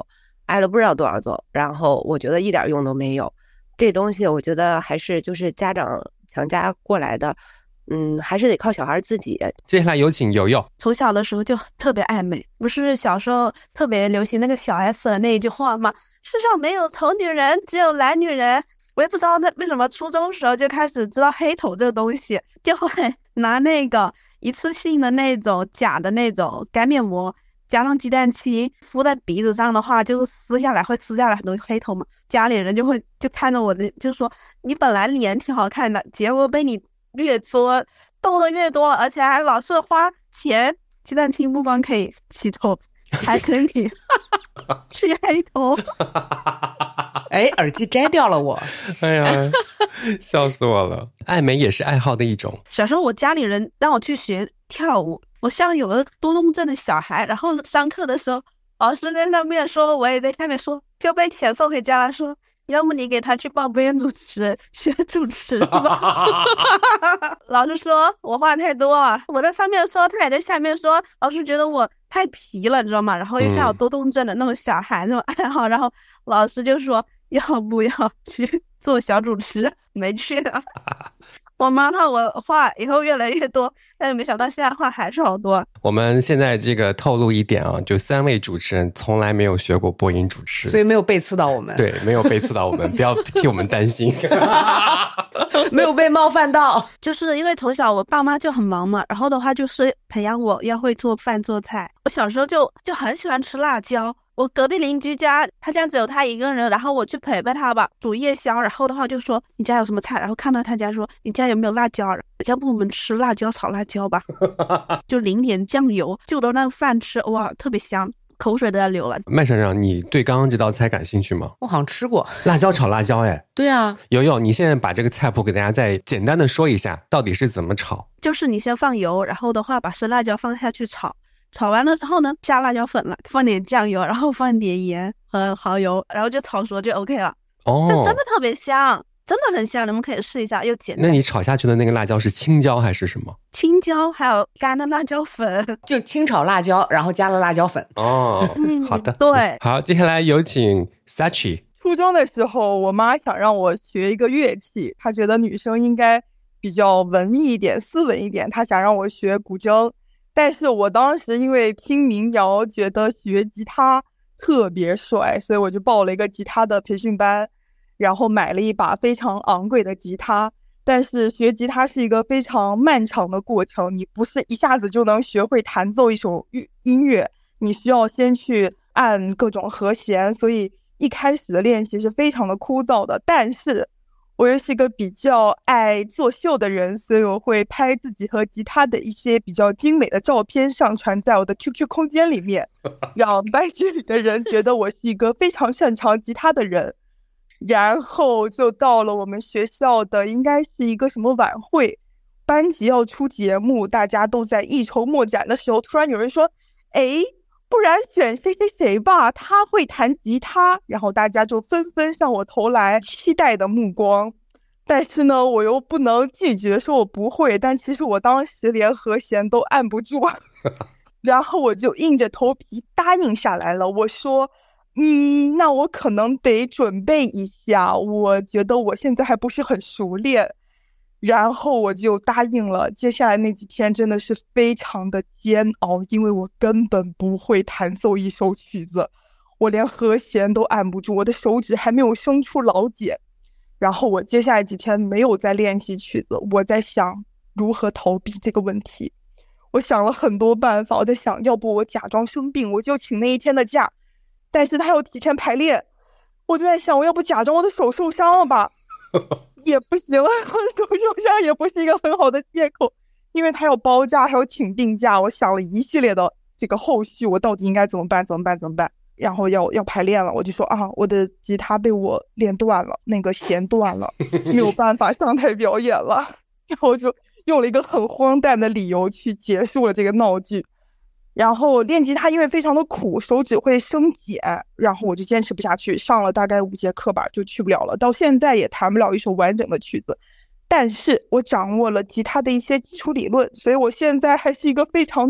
挨了不知道多少揍，然后我觉得一点用都没有。这东西我觉得还是就是家长强加过来的，嗯，还是得靠小孩自己。 接下来有请友友。 从小的时候就特别爱美，不是小时候特别流行那个小 S 的那一句话吗？世上没有丑女人，只有懒女人。我也不知道那为什么初中时候就开始知道黑头这个东西，就会拿那个一次性的那种假的那种干面膜加上鸡蛋清敷在鼻子上的话，就是撕下来会撕下来很多黑头嘛。家里人就会就看着我的，就说你本来脸挺好看的，结果被你越做痘的越多了，而且还老是花钱。鸡蛋清不光可以起头，还可以去黑头。 哎，耳机摘掉了我。 哎呀，笑死我了。爱美也是爱好的一种。 小时候我家里人让我去学跳舞，我像有个多动症的小孩，然后上课的时候老师在上面说，我也在下面说，就被遣送回家了，说要不你给他去报表演主持学主持吧。老师说我话太多了，我在上面说，他也在下面说，老师觉得我太皮了，知道吗？然后又像有多动症的那种小孩那种爱好，然后老师就说要不要去做小主持，没去啊。我妈怕我话以后越来越多，但是没想到现在话还是好多。 我们现在这个透露一点啊，就三位主持人从来没有学过播音主持， 所以没有背刺到我们。 对，没有背刺到我们，不要替我们担心。 没有被冒犯到， 就是因为从小我爸妈就很忙嘛，然后的话就是培养我要会做饭做菜。我小时候就就很喜欢吃辣椒。我隔壁邻居家，他家只有他一个人，然后我去陪陪他吧，煮夜宵，然后的话就说你家有什么菜，然后看到他家说你家有没有辣椒，要不我们吃辣椒炒辣椒吧。就淋点酱油就着那个饭吃，哇，特别香，口水都要流了。 麦厂长，你对刚刚这道菜感兴趣吗？ 我好像吃过辣椒炒辣椒。哎， 对啊。 友友，你现在把这个菜谱给大家再简单的说一下，到底是怎么炒？ 就是你先放油，然后的话把生辣椒放下去炒，炒完了之后呢，加辣椒粉了，放点酱油，然后放点盐和蚝油，然后就炒熟就 OK 了。 哦， 这真的特别香，真的很香，你们可以试一下，又简单。 那你炒下去的那个辣椒是青椒还是什么？ 青椒还有干的辣椒粉， 就清炒辣椒，然后加了辣椒粉。 哦， 嗯、 好的， 对。 好，接下来有请 Sachi。 初中的时候，我妈想让我学一个乐器，她觉得女生应该比较文艺一点、斯文一点，她想让我学古筝。但是我当时因为听民谣，觉得学吉他特别帅，所以我就报了一个吉他的培训班，然后买了一把非常昂贵的吉他。但是学吉他是一个非常漫长的过程，你不是一下子就能学会弹奏一首音乐，你需要先去按各种和弦，所以一开始的练习是非常的枯燥的。但是我又是一个比较爱作秀的人，所以我会拍自己和吉他的一些比较精美的照片上传在我的 Q Q 空间里面，让班级里的人觉得我是一个非常擅长吉他的人。然后就到了我们学校的应该是一个什么晚会，班级要出节目，大家都在一筹莫展的时候，突然有人说，诶，不然选谁谁谁吧，他会弹吉他。然后大家就纷纷向我投来期待的目光，但是呢我又不能拒绝说我不会，但其实我当时连和弦都按不住。然后我就硬着头皮答应下来了，我说嗯，那我可能得准备一下，我觉得我现在还不是很熟练。然后我就答应了。接下来那几天真的是非常的煎熬，因为我根本不会弹奏一首曲子，我连和弦都按不住，我的手指还没有生出老茧。然后我接下来几天没有再练习曲子，我在想如何逃避这个问题。我想了很多办法，我在想要不我假装生病，我就请那一天的假，但是他要提前排练，我就在想我要不假装我的手受伤了吧。也不行了，手受伤也不是一个很好的借口，因为他要包扎还有请病假。我想了一系列的这个后续，我到底应该怎么办怎么办怎么办。然后要要排练了，我就说啊，我的吉他被我练断了，那个弦断了，没有办法上台表演了。然后就用了一个很荒诞的理由去结束了这个闹剧。然后练吉他因为非常的苦，手指会生茧，然后我就坚持不下去，上了大概五节课吧，就去不了了。到现在也弹不了一首完整的曲子，但是我掌握了吉他的一些基础理论，所以我现在还是一个非常能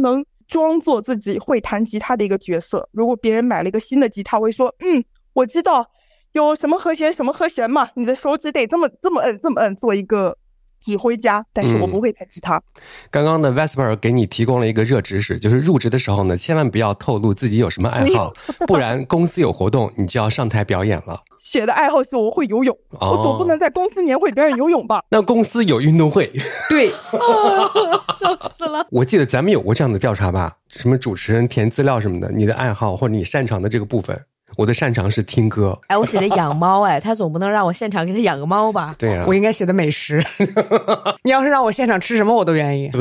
装作自己会弹吉他的一个角色。如果别人买了一个新的吉他，我会说嗯我知道有什么和弦什么和弦嘛，你的手指得这么这么摁这么摁，做一个指挥家，但是我不会弹吉他。 嗯、刚刚的 Vesper 给你提供了一个热知识，就是入职的时候呢，千万不要透露自己有什么爱好，不然公司有活动，你就要上台表演了。 写的爱好是我会游泳，哦、我总不能在公司年会表演游泳吧？ 那公司有运动会， 对， 哦、笑死了。 我记得咱们有过这样的调查吧？什么主持人填资料什么的，你的爱好或者你擅长的这个部分。我的擅长是听歌。 哎，我写的养猫，哎，他总不能让我现场给他养个猫吧？ 对呀、啊， 我应该写的美食。你要是让我现场吃什么，我都愿意。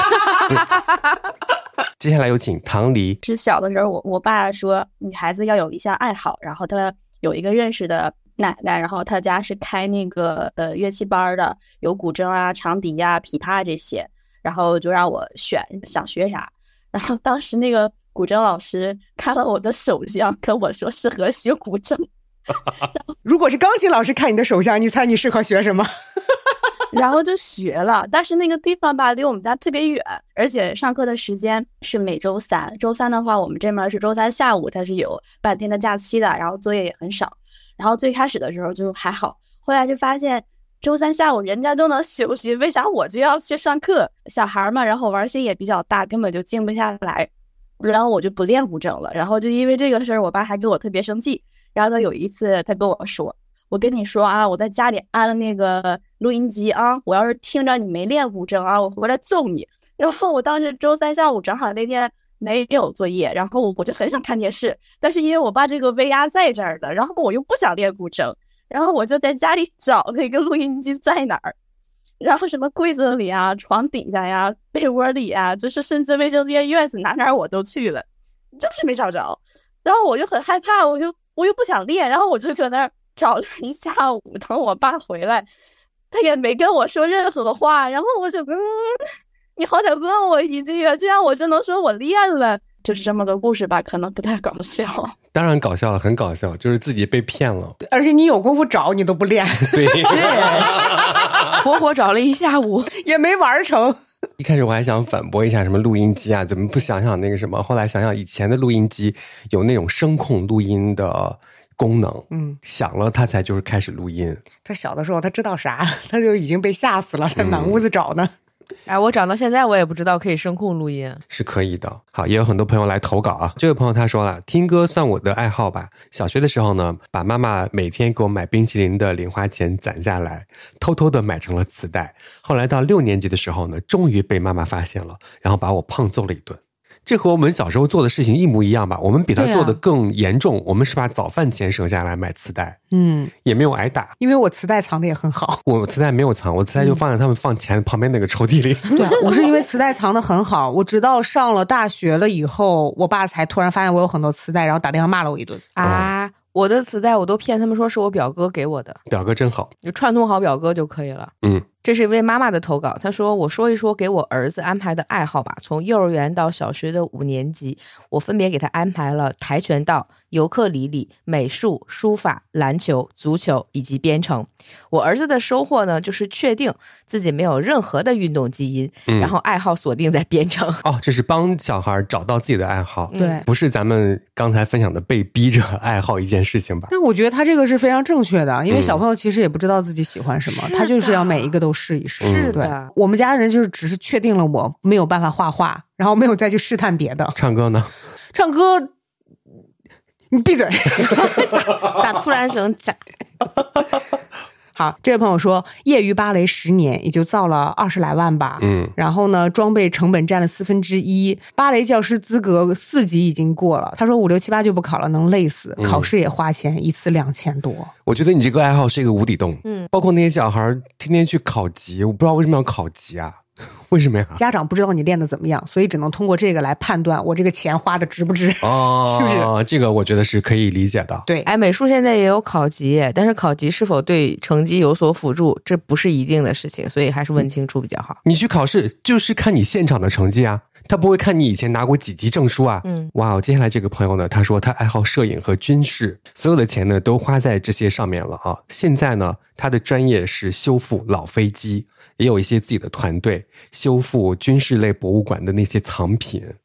接下来有请唐黎。 是小的时候，我我爸说女孩子要有一项爱好，然后他有一个认识的奶奶，然后他家是开那个呃乐器班的，有古筝啊、长笛啊、琵琶这些，然后就让我选想学啥，然后当时那个古筝老师看了我的手相，跟我说适合学古筝。 如果是钢琴老师看你的手相，你猜你适合学什么？ 然后就学了，但是那个地方吧离我们家特别远，而且上课的时间是每周三，周三的话我们这边是周三下午它是有半天的假期的，然后作业也很少。然后最开始的时候就还好，后来就发现周三下午人家都能休息，为啥我就要去上课？小孩嘛，然后玩心也比较大，根本就静不下来，然后我就不练古筝了。然后就因为这个事儿，我爸还跟我特别生气。然后他有一次他跟我说，我跟你说啊，我在家里安了那个录音机啊，我要是听着你没练古筝啊，我回来揍你。然后我当时周三下午正好那天没有作业，然后我就很想看电视，但是因为我爸这个威压在这儿的，然后我又不想练古筝，然后我就在家里找那个录音机在哪儿，然后什么柜子里啊、床底下呀、被窝里啊，就是甚至卫生间、院子哪哪我都去了，就是没找着。然后我就很害怕，我就我又不想练，然后我就在那儿找了一下午，等我爸回来，他也没跟我说任何话，然后我就嗯，你好歹问我一句啊，这样我就能说我练了。就是这么个故事吧，可能不太搞笑。 当然搞笑了，很搞笑，就是自己被骗了。 而且你有功夫找，你都不练。 对， 活活找了一下午也没玩成。 一开始我还想反驳一下什么录音机啊，怎么不想想那个什么？后来想想以前的录音机有那种声控录音的功能，嗯，响了它才就是开始录音。 他小的时候他知道啥，他就已经被吓死了，在满屋子找呢。嗯哎，我长到现在我也不知道可以声控录音， 是可以的。好，也有很多朋友来投稿啊。这位朋友他说了，听歌算我的爱好吧。小学的时候呢，把妈妈每天给我买冰淇淋的零花钱攒下来，偷偷的买成了磁带。后来到六年级的时候呢，终于被妈妈发现了，然后把我胖揍了一顿。这和我们小时候做的事情一模一样吧？我们比他做的更严重，啊、我们是把早饭钱省下来买磁带，嗯，也没有挨打， 因为我磁带藏的也很好。 我磁带没有藏，我磁带就放在他们放钱旁边那个抽屉里。 对，我是因为磁带藏的很好，我直到上了大学了以后，我爸才突然发现我有很多磁带，然后打电话骂了我一顿啊。我的磁带我都骗他们说是我表哥给我的， 表哥真好， 就串通好表哥就可以了。嗯，这是一位妈妈的投稿，她说我说一说给我儿子安排的爱好吧。从幼儿园到小学的五年级，我分别给他安排了跆拳道、尤克里里、美术、书法、篮球、足球以及编程。我儿子的收获呢，就是确定自己没有任何的运动基因，嗯、然后爱好锁定在编程。 哦，这是帮小孩找到自己的爱好， 对， 不是咱们刚才分享的被逼着爱好一件事情吧？ 但我觉得他这个是非常正确的，因为小朋友其实也不知道自己喜欢什么，嗯、他就是要每一个都试一试。 是的，对，我们家人就是只是确定了我没有办法画画，然后没有再去试探别的。 唱歌呢？ 唱歌，你闭嘴！ 咋突然成咋？ 好，这位朋友说，业余芭蕾十年也就造了二十来万吧，嗯，然后呢，装备成本占了四分之一，芭蕾教师资格四级已经过了。他说五六七八就不考了，能累死，考试也花钱，一次两千多。 我觉得你这个爱好是一个无底洞，嗯，包括那些小孩天天去考级，我不知道为什么要考级啊。为什么呀？ 家长不知道你练得怎么样，所以只能通过这个来判断我这个钱花的值不值， 哦， 是不是？ 这个我觉得是可以理解的。 对， 哎，美术现在也有考级，但是考级是否对成绩有所辅助，这不是一定的事情，所以还是问清楚比较好。 你去考试就是看你现场的成绩啊，他不会看你以前拿过几级证书啊。嗯，哇，接下来这个朋友呢，他说他爱好摄影和军事，所有的钱呢都花在这些上面了啊。现在呢，他的专业是修复老飞机。也有一些自己的团队修复军事类博物馆的那些藏品。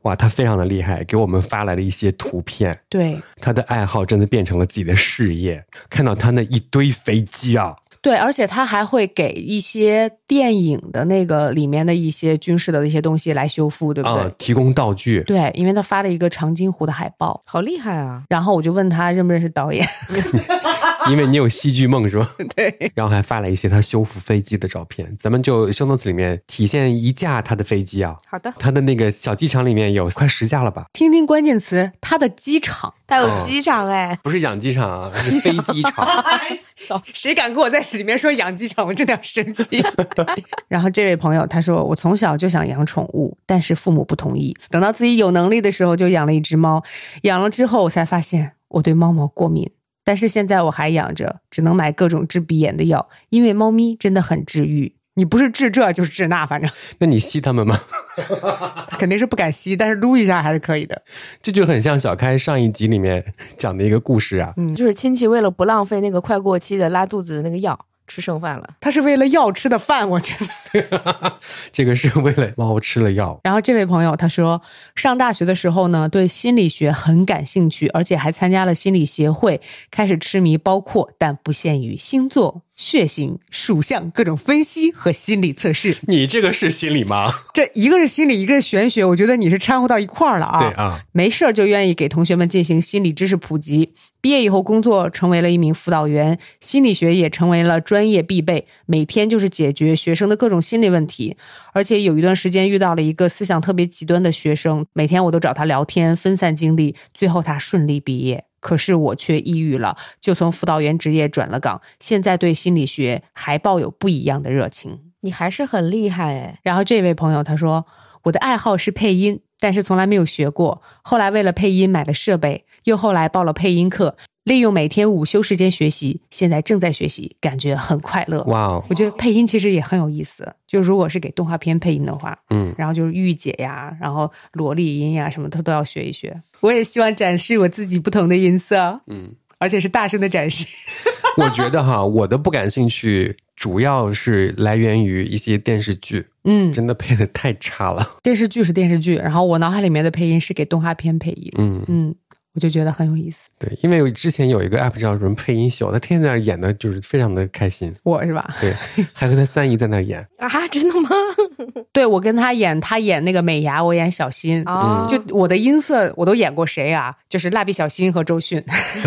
哇，他非常的厉害，给我们发来了一些图片。 对， 他的爱好真的变成了自己的事业。看到他那一堆飞机啊， 对，而且他还会给一些电影的那个里面的一些军事的一些东西来修复，对不对？ 啊，提供道具。 对，因为他发了一个长津湖的海报， 好厉害啊！ 然后我就问他认不认识导演， 因为你有戏剧梦是吧？ 对。 然后还发了一些他修复飞机的照片，咱们就show notes里面体现一架他的飞机啊。 好的。 他的那个小机场里面有快十架了吧？ 听听关键词，他的机场， 他有机场哎、 哦，不是养鸡场啊，是飞机场。 谁敢跟我在里面说养鸡场，我真的要生气。然后这位朋友他说，我从小就想养宠物，但是父母不同意，等到自己有能力的时候就养了一只猫，养了之后我才发现我对猫毛过敏，但是现在我还养着，只能买各种治鼻炎的药，因为猫咪真的很治愈。你不是治这就是治那，反正那你吸它们吗？ 肯定是不敢吸，但是撸一下还是可以的。 这就很像小开上一集里面讲的一个故事啊， 嗯，就是亲戚为了不浪费那个快过期的拉肚子的那个药，吃剩饭了。 他是为了药吃的饭，我觉得这个是为了猫吃了药。 然后这位朋友他说，上大学的时候呢，对心理学很感兴趣，而且还参加了心理协会，开始痴迷包括但不限于星座、血型、属相各种分析和心理测试。 你这个是心理吗？ 这一个是心理，一个是玄学，我觉得你是掺和到一块儿了啊。 对啊， 没事儿就愿意给同学们进行心理知识普及。毕业以后工作成为了一名辅导员，心理学也成为了专业必备，每天就是解决学生的各种心理问题。而且有一段时间遇到了一个思想特别极端的学生，每天我都找他聊天分散精力，最后他顺利毕业。可是我却抑郁了，就从辅导员职业转了岗，现在对心理学还抱有不一样的热情。 你还是很厉害哎。 然后这位朋友他说，我的爱好是配音，但是从来没有学过，后来为了配音买了设备，又后来报了配音课，利用每天午休时间学习，现在正在学习，感觉很快乐。 哇哦， 我觉得配音其实也很有意思，就如果是给动画片配音的话， 嗯， 然后就是御姐呀，然后萝莉音呀什么的都要学一学。我也希望展示我自己不同的音色，嗯，而且是大声的展示。 我觉得哈，我的不感兴趣主要是来源于一些电视剧，嗯，真的配的太差了。 电视剧是电视剧，然后我脑海里面的配音是给动画片配音，嗯嗯。我就觉得很有意思。 对，因为我之前有一个 app 叫什么配音秀，他天天在那儿演的就是非常的开心。 我是吧？ 对，还和他三姨在那儿演啊，真的吗？ 对，我跟他演，他演那个美伢，我演小新。哦，就我的音色我都演过谁啊？就是蜡笔小新和周迅。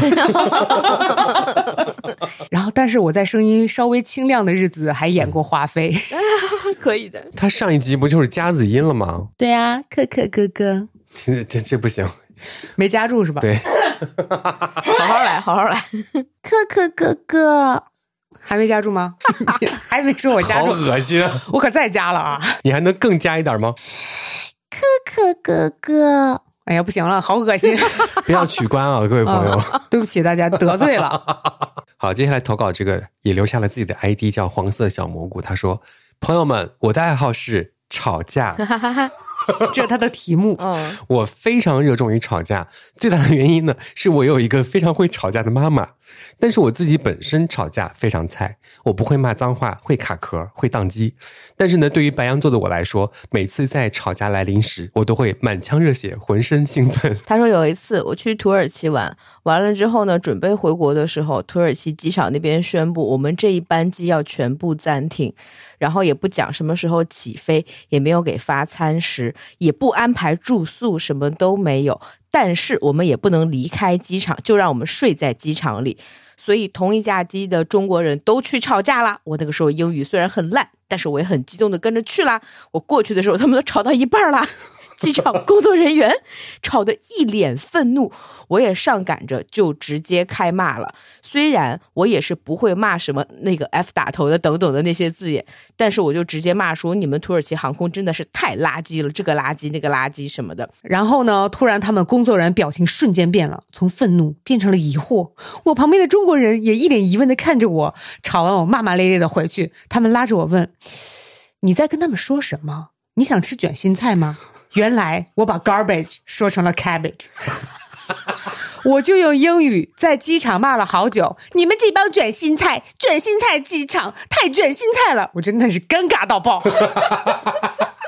然后，但是我在声音稍微清亮的日子还演过华妃。 可以的。 他上一集不就是夹子音了吗？ 对啊，可可哥哥。 这这这不行。 没夹住是吧？ 对， 好好来，好好来。 可可哥哥，还没夹住吗？还没说我夹住， 好恶心啊！ 我可再加了啊！ 你还能更加一点吗？ 可可哥哥，哎呀，不行了，好恶心！ 不要取关啊，各位朋友、 嗯，对不起大家，得罪了。 好，接下来投稿这个也留下了自己的 I D， 叫黄色小蘑菇。他说：“朋友们，我的爱好是吵架。” 这是他的题目。 嗯， 我非常热衷于吵架，最大的原因呢，是我有一个非常会吵架的妈妈。但是我自己本身吵架非常菜，我不会骂脏话，会卡壳，会宕机。但是呢，对于白羊座的我来说，每次在吵架来临时，我都会满腔热血，浑身兴奋。 他说有一次我去土耳其玩，完了之后呢，准备回国的时候，土耳其机场那边宣布我们这一班机要全部暂停，然后也不讲什么时候起飞，也没有给发餐食，也不安排住宿，什么都没有。但是我们也不能离开机场，就让我们睡在机场里。所以同一架机的中国人都去吵架啦。我那个时候英语虽然很烂，但是我也很激动的跟着去啦。我过去的时候，他们都吵到一半啦。机场工作人员吵得一脸愤怒，我也上赶着就直接开骂了。虽然我也是不会骂什么那个 F 打头的等等的那些字眼，但是我就直接骂说你们土耳其航空真的是太垃圾了，这个垃圾那个垃圾什么的。 然后呢，突然他们工作人员表情瞬间变了，从愤怒变成了疑惑。我旁边的中国人也一脸疑问的看着我，吵完我骂骂咧咧的回去，他们拉着我问，你在跟他们说什么？你想吃卷心菜吗？原来我把 garbage 说成了 cabbage。 我就用英语在机场骂了好久，你们这帮卷心菜，卷心菜机场太卷心菜了，我真的是尴尬到爆。 好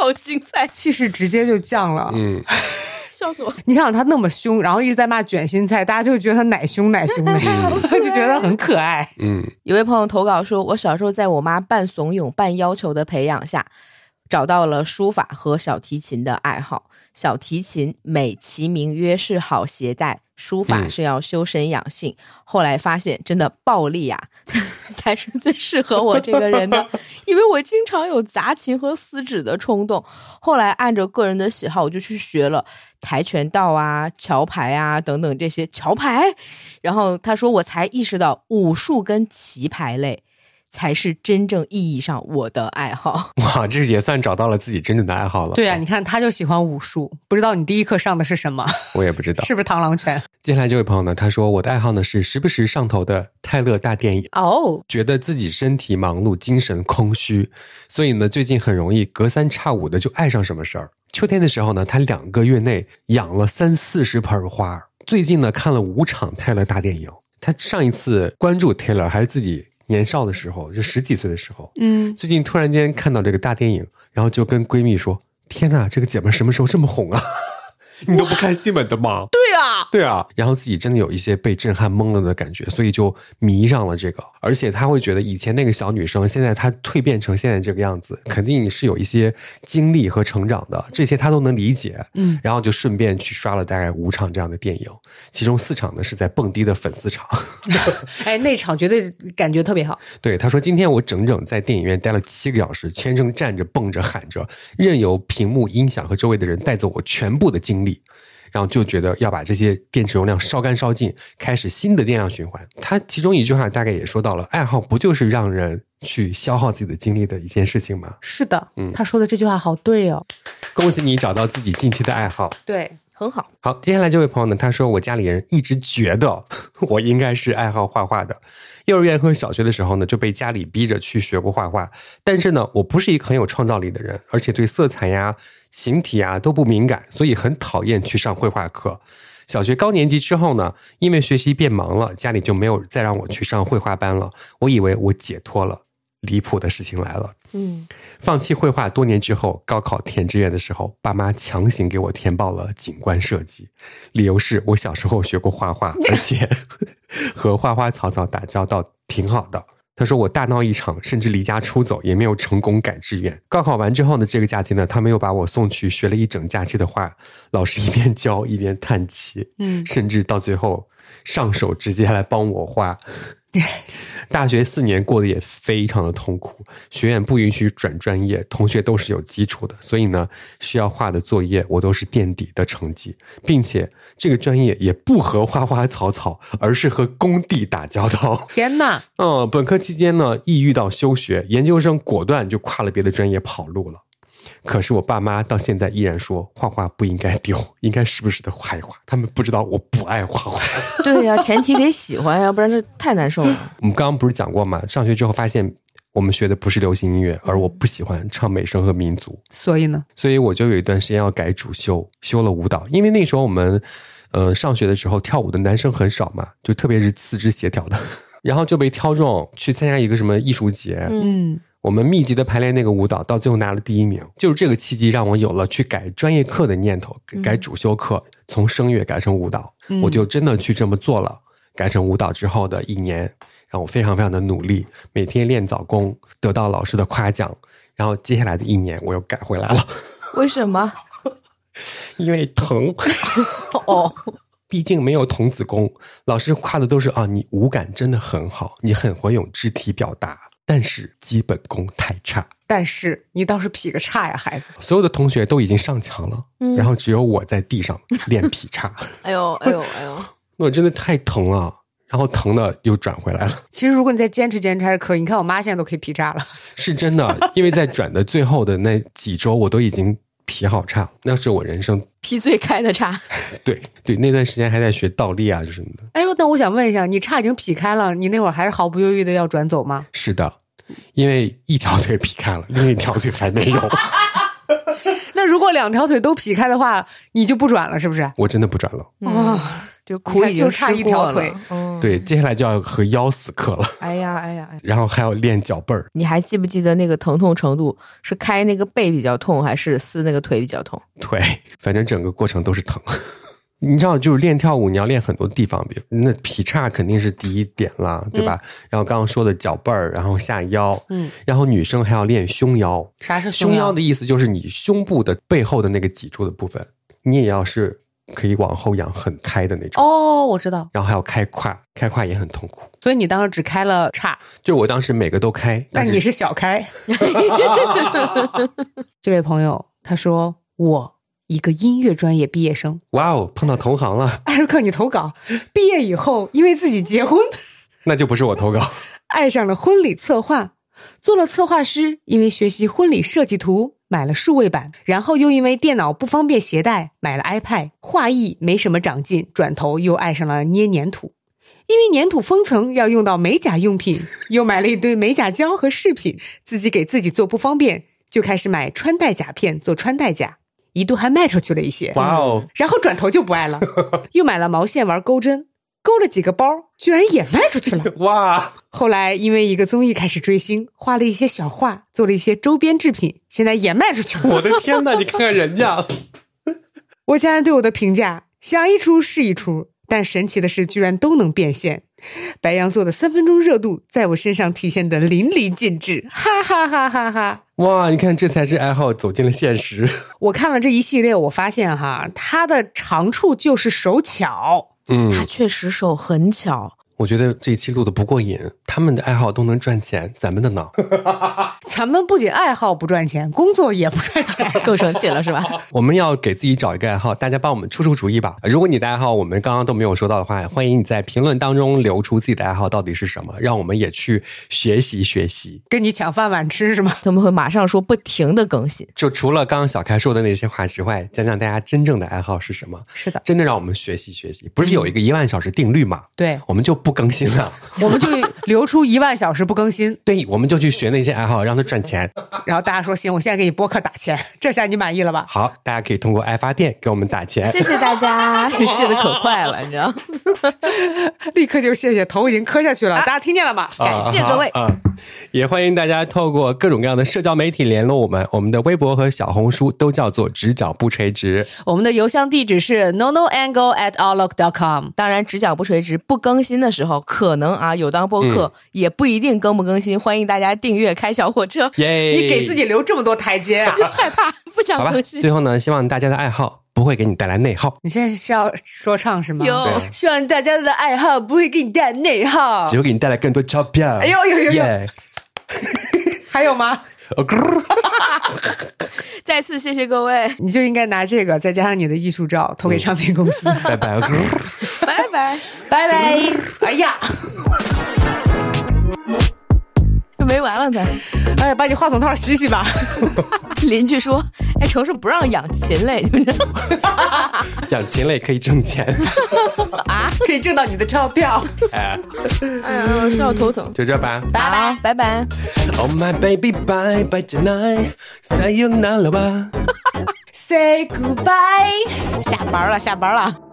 好精彩， 气势直接就降了。 嗯。 笑死我！ 你想想他那么凶，然后一直在骂卷心菜，大家就会觉得他奶凶奶凶的，嗯、就觉得很可爱。 嗯， 有位朋友投稿说，我小时候在我妈半怂恿半要求的培养下，找到了书法和小提琴的爱好。小提琴美其名曰是好携带，书法是要修身养性、嗯、后来发现真的暴力啊才是最适合我这个人的，因为我经常有砸琴和撕纸的冲动。后来按照个人的喜好，我就去学了跆拳道啊、桥牌啊等等这些。桥牌，然后他说我才意识到武术跟棋牌类才是真正意义上我的爱好。 哇，这也算找到了自己真正的爱好了。 对啊，你看他就喜欢武术，不知道你第一课上的是什么？ 我也不知道。 是不是螳螂拳？ 接下来这位朋友呢，他说我的爱好呢是时不时上头的泰勒大电影。 哦， 觉得自己身体忙碌，精神空虚，所以呢最近很容易隔三差五的就爱上什么事儿。秋天的时候呢，他两个月内养了三四十盆花。最近呢看了五场泰勒大电影。他上一次关注 Taylor 还是自己年少的时候，就十几岁的时候。嗯，最近突然间看到这个大电影，然后就跟闺蜜说：“天哪，这个姐妹什么时候这么红啊？你都不看新闻的吗？” 对啊， 对啊。然后自己真的有一些被震撼懵了的感觉，所以就迷上了这个。而且她会觉得以前那个小女生，现在她蜕变成现在这个样子，肯定是有一些经历和成长的，这些她都能理解。嗯，然后就顺便去刷了大概五场这样的电影，其中四场呢是在蹦迪的粉丝场。 哎，那场绝对感觉特别好。 对，他说今天我整整在电影院待了七个小时，全程站着蹦着喊着，任由屏幕音响和周围的人带走我全部的精力，然后就觉得要把这些电池容量烧干烧尽，开始新的电量循环。他其中一句话大概也说到了，爱好不就是让人去消耗自己的精力的一件事情吗？ 是的，嗯，他说的这句话好对哦。 恭喜你找到自己近期的爱好。 对，很好。 好，接下来这位朋友呢，他说我家里人一直觉得我应该是爱好画画的。幼儿园和小学的时候呢，就被家里逼着去学过画画，但是呢，我不是一个很有创造力的人，而且对色彩呀、形体啊都不敏感，所以很讨厌去上绘画课。小学高年级之后呢，因为学习变忙了，家里就没有再让我去上绘画班了。我以为我解脱了，离谱的事情来了。嗯，放弃绘画多年之后，高考填志愿的时候，爸妈强行给我填报了景观设计，理由是我小时候学过画画，而且和花花草草打交道挺好的。他说我大闹一场，甚至离家出走，也没有成功改志愿。高考完之后呢，这个假期呢，他们又把我送去学了一整假期的画，老师一边教一边叹气，嗯，甚至到最后上手直接来帮我画。大学四年过得也非常的痛苦，学院不允许转专业，同学都是有基础的，所以呢，需要画的作业我都是垫底的成绩，并且这个专业也不和花花草草，而是和工地打交道。 天哪！ 嗯，本科期间呢，抑郁到休学，研究生果断就跨了别的专业跑路了。可是我爸妈到现在依然说画画不应该丢，应该时不时的画一画，他们不知道我不爱画画。 对呀、啊，前提得喜欢呀，不然这太难受了。 我们刚刚不是讲过吗？上学之后发现我们学的不是流行音乐，而我不喜欢唱美声和民族， 所以呢， 所以我就有一段时间要改主修，修了舞蹈。因为那时候我们呃上学的时候跳舞的男生很少嘛，就特别是四肢协调的，然后就被挑中去参加一个什么艺术节。嗯。我们密集的排练那个舞蹈，到最后拿了第一名。就是这个契机让我有了去改专业课的念头，改主修课，从声乐改成舞蹈、嗯、我就真的去这么做了。改成舞蹈之后的一年，让我非常非常的努力，每天练早功，得到老师的夸奖。然后接下来的一年我又改回来了。 为什么？ 因为疼。哦，毕竟没有童子功，老师夸的都是啊，你舞感真的很好，你很会用肢体表达，但是基本功太差。 但是你倒是劈个叉呀，孩子！ 所有的同学都已经上墙了、嗯、然后只有我在地上练劈叉。 哎呦哎呦哎呦， 我真的太疼了，然后疼的又转回来了。 其实如果你再坚持坚持还是可以，你看我妈现在都可以劈叉了。 是真的，因为在转的最后的那几周我都已经劈好叉，那是我人生劈最开的叉。 对对，那段时间还在学倒立啊什么的。 哎呦，那我想问一下，你叉已经劈开了，你那会儿还是毫不犹豫的要转走吗？ 是的，因为一条腿劈开了，另一条腿还没有。 那如果两条腿都劈开的话，你就不转了是不是？ 我真的不转了。 啊、哦， 就苦已经就差一条腿。 嗯， 对，接下来就要和腰死磕了。 哎呀哎呀， 然后还要练脚背儿。 你还记不记得那个疼痛程度是开那个背比较痛，还是撕那个腿比较痛？ 腿，反正整个过程都是疼。你知道，就是练跳舞，你要练很多地方，比如那劈叉肯定是第一点啦，对吧？嗯、然后刚刚说的脚背儿，然后下腰，嗯，然后女生还要练胸腰。 啥是胸腰？ 胸腰的意思就是你胸部的背后的那个脊柱的部分，你也要是可以往后仰很开的那种。 哦，我知道。 然后还要开胯，开胯也很痛苦。 所以你当时只开了叉？ 就我当时每个都开， 但你是小开。这位朋友他说我。一个音乐专业毕业生， 哇哦，碰到同行了。 艾瑞克，你投稿毕业以后，因为自己结婚， 那就不是我投稿， 爱上了婚礼策划，做了策划师，因为学习婚礼设计图，买了数位板，然后又因为电脑不方便携带，买了 iPad， 画艺没什么长进，转头又爱上了捏黏土，因为黏土封层要用到美甲用品，又买了一堆美甲胶和饰品，自己给自己做不方便，就开始买穿戴甲片做穿戴甲。一度还卖出去了一些， 哇哦！ 然后转头就不爱了，又买了毛线玩钩针，勾了几个包，居然也卖出去了， 哇！ 后来因为一个综艺开始追星，画了一些小画，做了一些周边制品，现在也卖出去了。 我的天哪，你看看人家！ 我家人对我的评价，想一出是一出，但神奇的是居然都能变现。白羊座的三分钟热度在我身上体现的淋漓尽致，哈哈哈哈哈！ 哇，你看这才是爱好走进了现实。 我看了这一系列，我发现哈，他的长处就是手巧， 嗯，他确实手很巧。 我觉得这一期录的不过瘾，他们的爱好都能赚钱，咱们的呢？ 咱们不仅爱好不赚钱，工作也不赚钱， 更生气了是吧？ 我们要给自己找一个爱好，大家帮我们出出主意吧。如果你的爱好我们刚刚都没有说到的话，欢迎你在评论当中留出自己的爱好到底是什么，让我们也去学习学习。 跟你抢饭碗吃是吗？ 他们会马上说不停的更新。 就除了刚刚小开说的那些话之外，讲讲大家真正的爱好是什么？ 是的， 真的让我们学习学习。不是有一个一万小时定律吗？ 对， 我们就不更新了。 我们就留出一万小时不更新。 对，我们就去学那些爱好，让它赚钱。 然后大家说行，我现在给你播客打钱，这下你满意了吧？ 好，大家可以通过爱发电给我们打钱。 谢谢大家，这谢的可快了，你知道？ 立刻就谢谢，头已经磕下去了，啊、大家听见了吗？ 感谢各位、 啊啊、也欢迎大家透过各种各样的社交媒体联络我们，我们的微博和小红书都叫做直角不垂直， 我们的邮箱地址是 nonoangle at outlook dot com。 当然直角不垂直不更新的时候，可能啊有当播客、嗯、也不一定更不更新，欢迎大家订阅开小火车。 你给自己留这么多台阶啊？ 就害怕不想更新。 最后呢，希望大家的爱好不会给你带来内耗。 你现在是要说唱是吗？ 有， 希望大家的爱好不会给你带来内耗， 只会给你带来更多钞票。 哎呦呦呦呦！ Yeah. 还有吗？ 再次谢谢各位， 你就应该拿这个再加上你的艺术照投给唱片公司。 拜拜， 拜拜， 拜拜。哎呀， 就没完了才。 哎，把你话筒套洗洗吧。 邻居说：“哎，城市不让养禽类，就是养禽类可以挣钱啊，可以挣到你的钞票。” 哎， 哎呀，笑头疼。 就这吧， 拜拜拜拜。 Oh my baby, bye bye tonight, sayonara. Say goodbye. 下班了，下班了。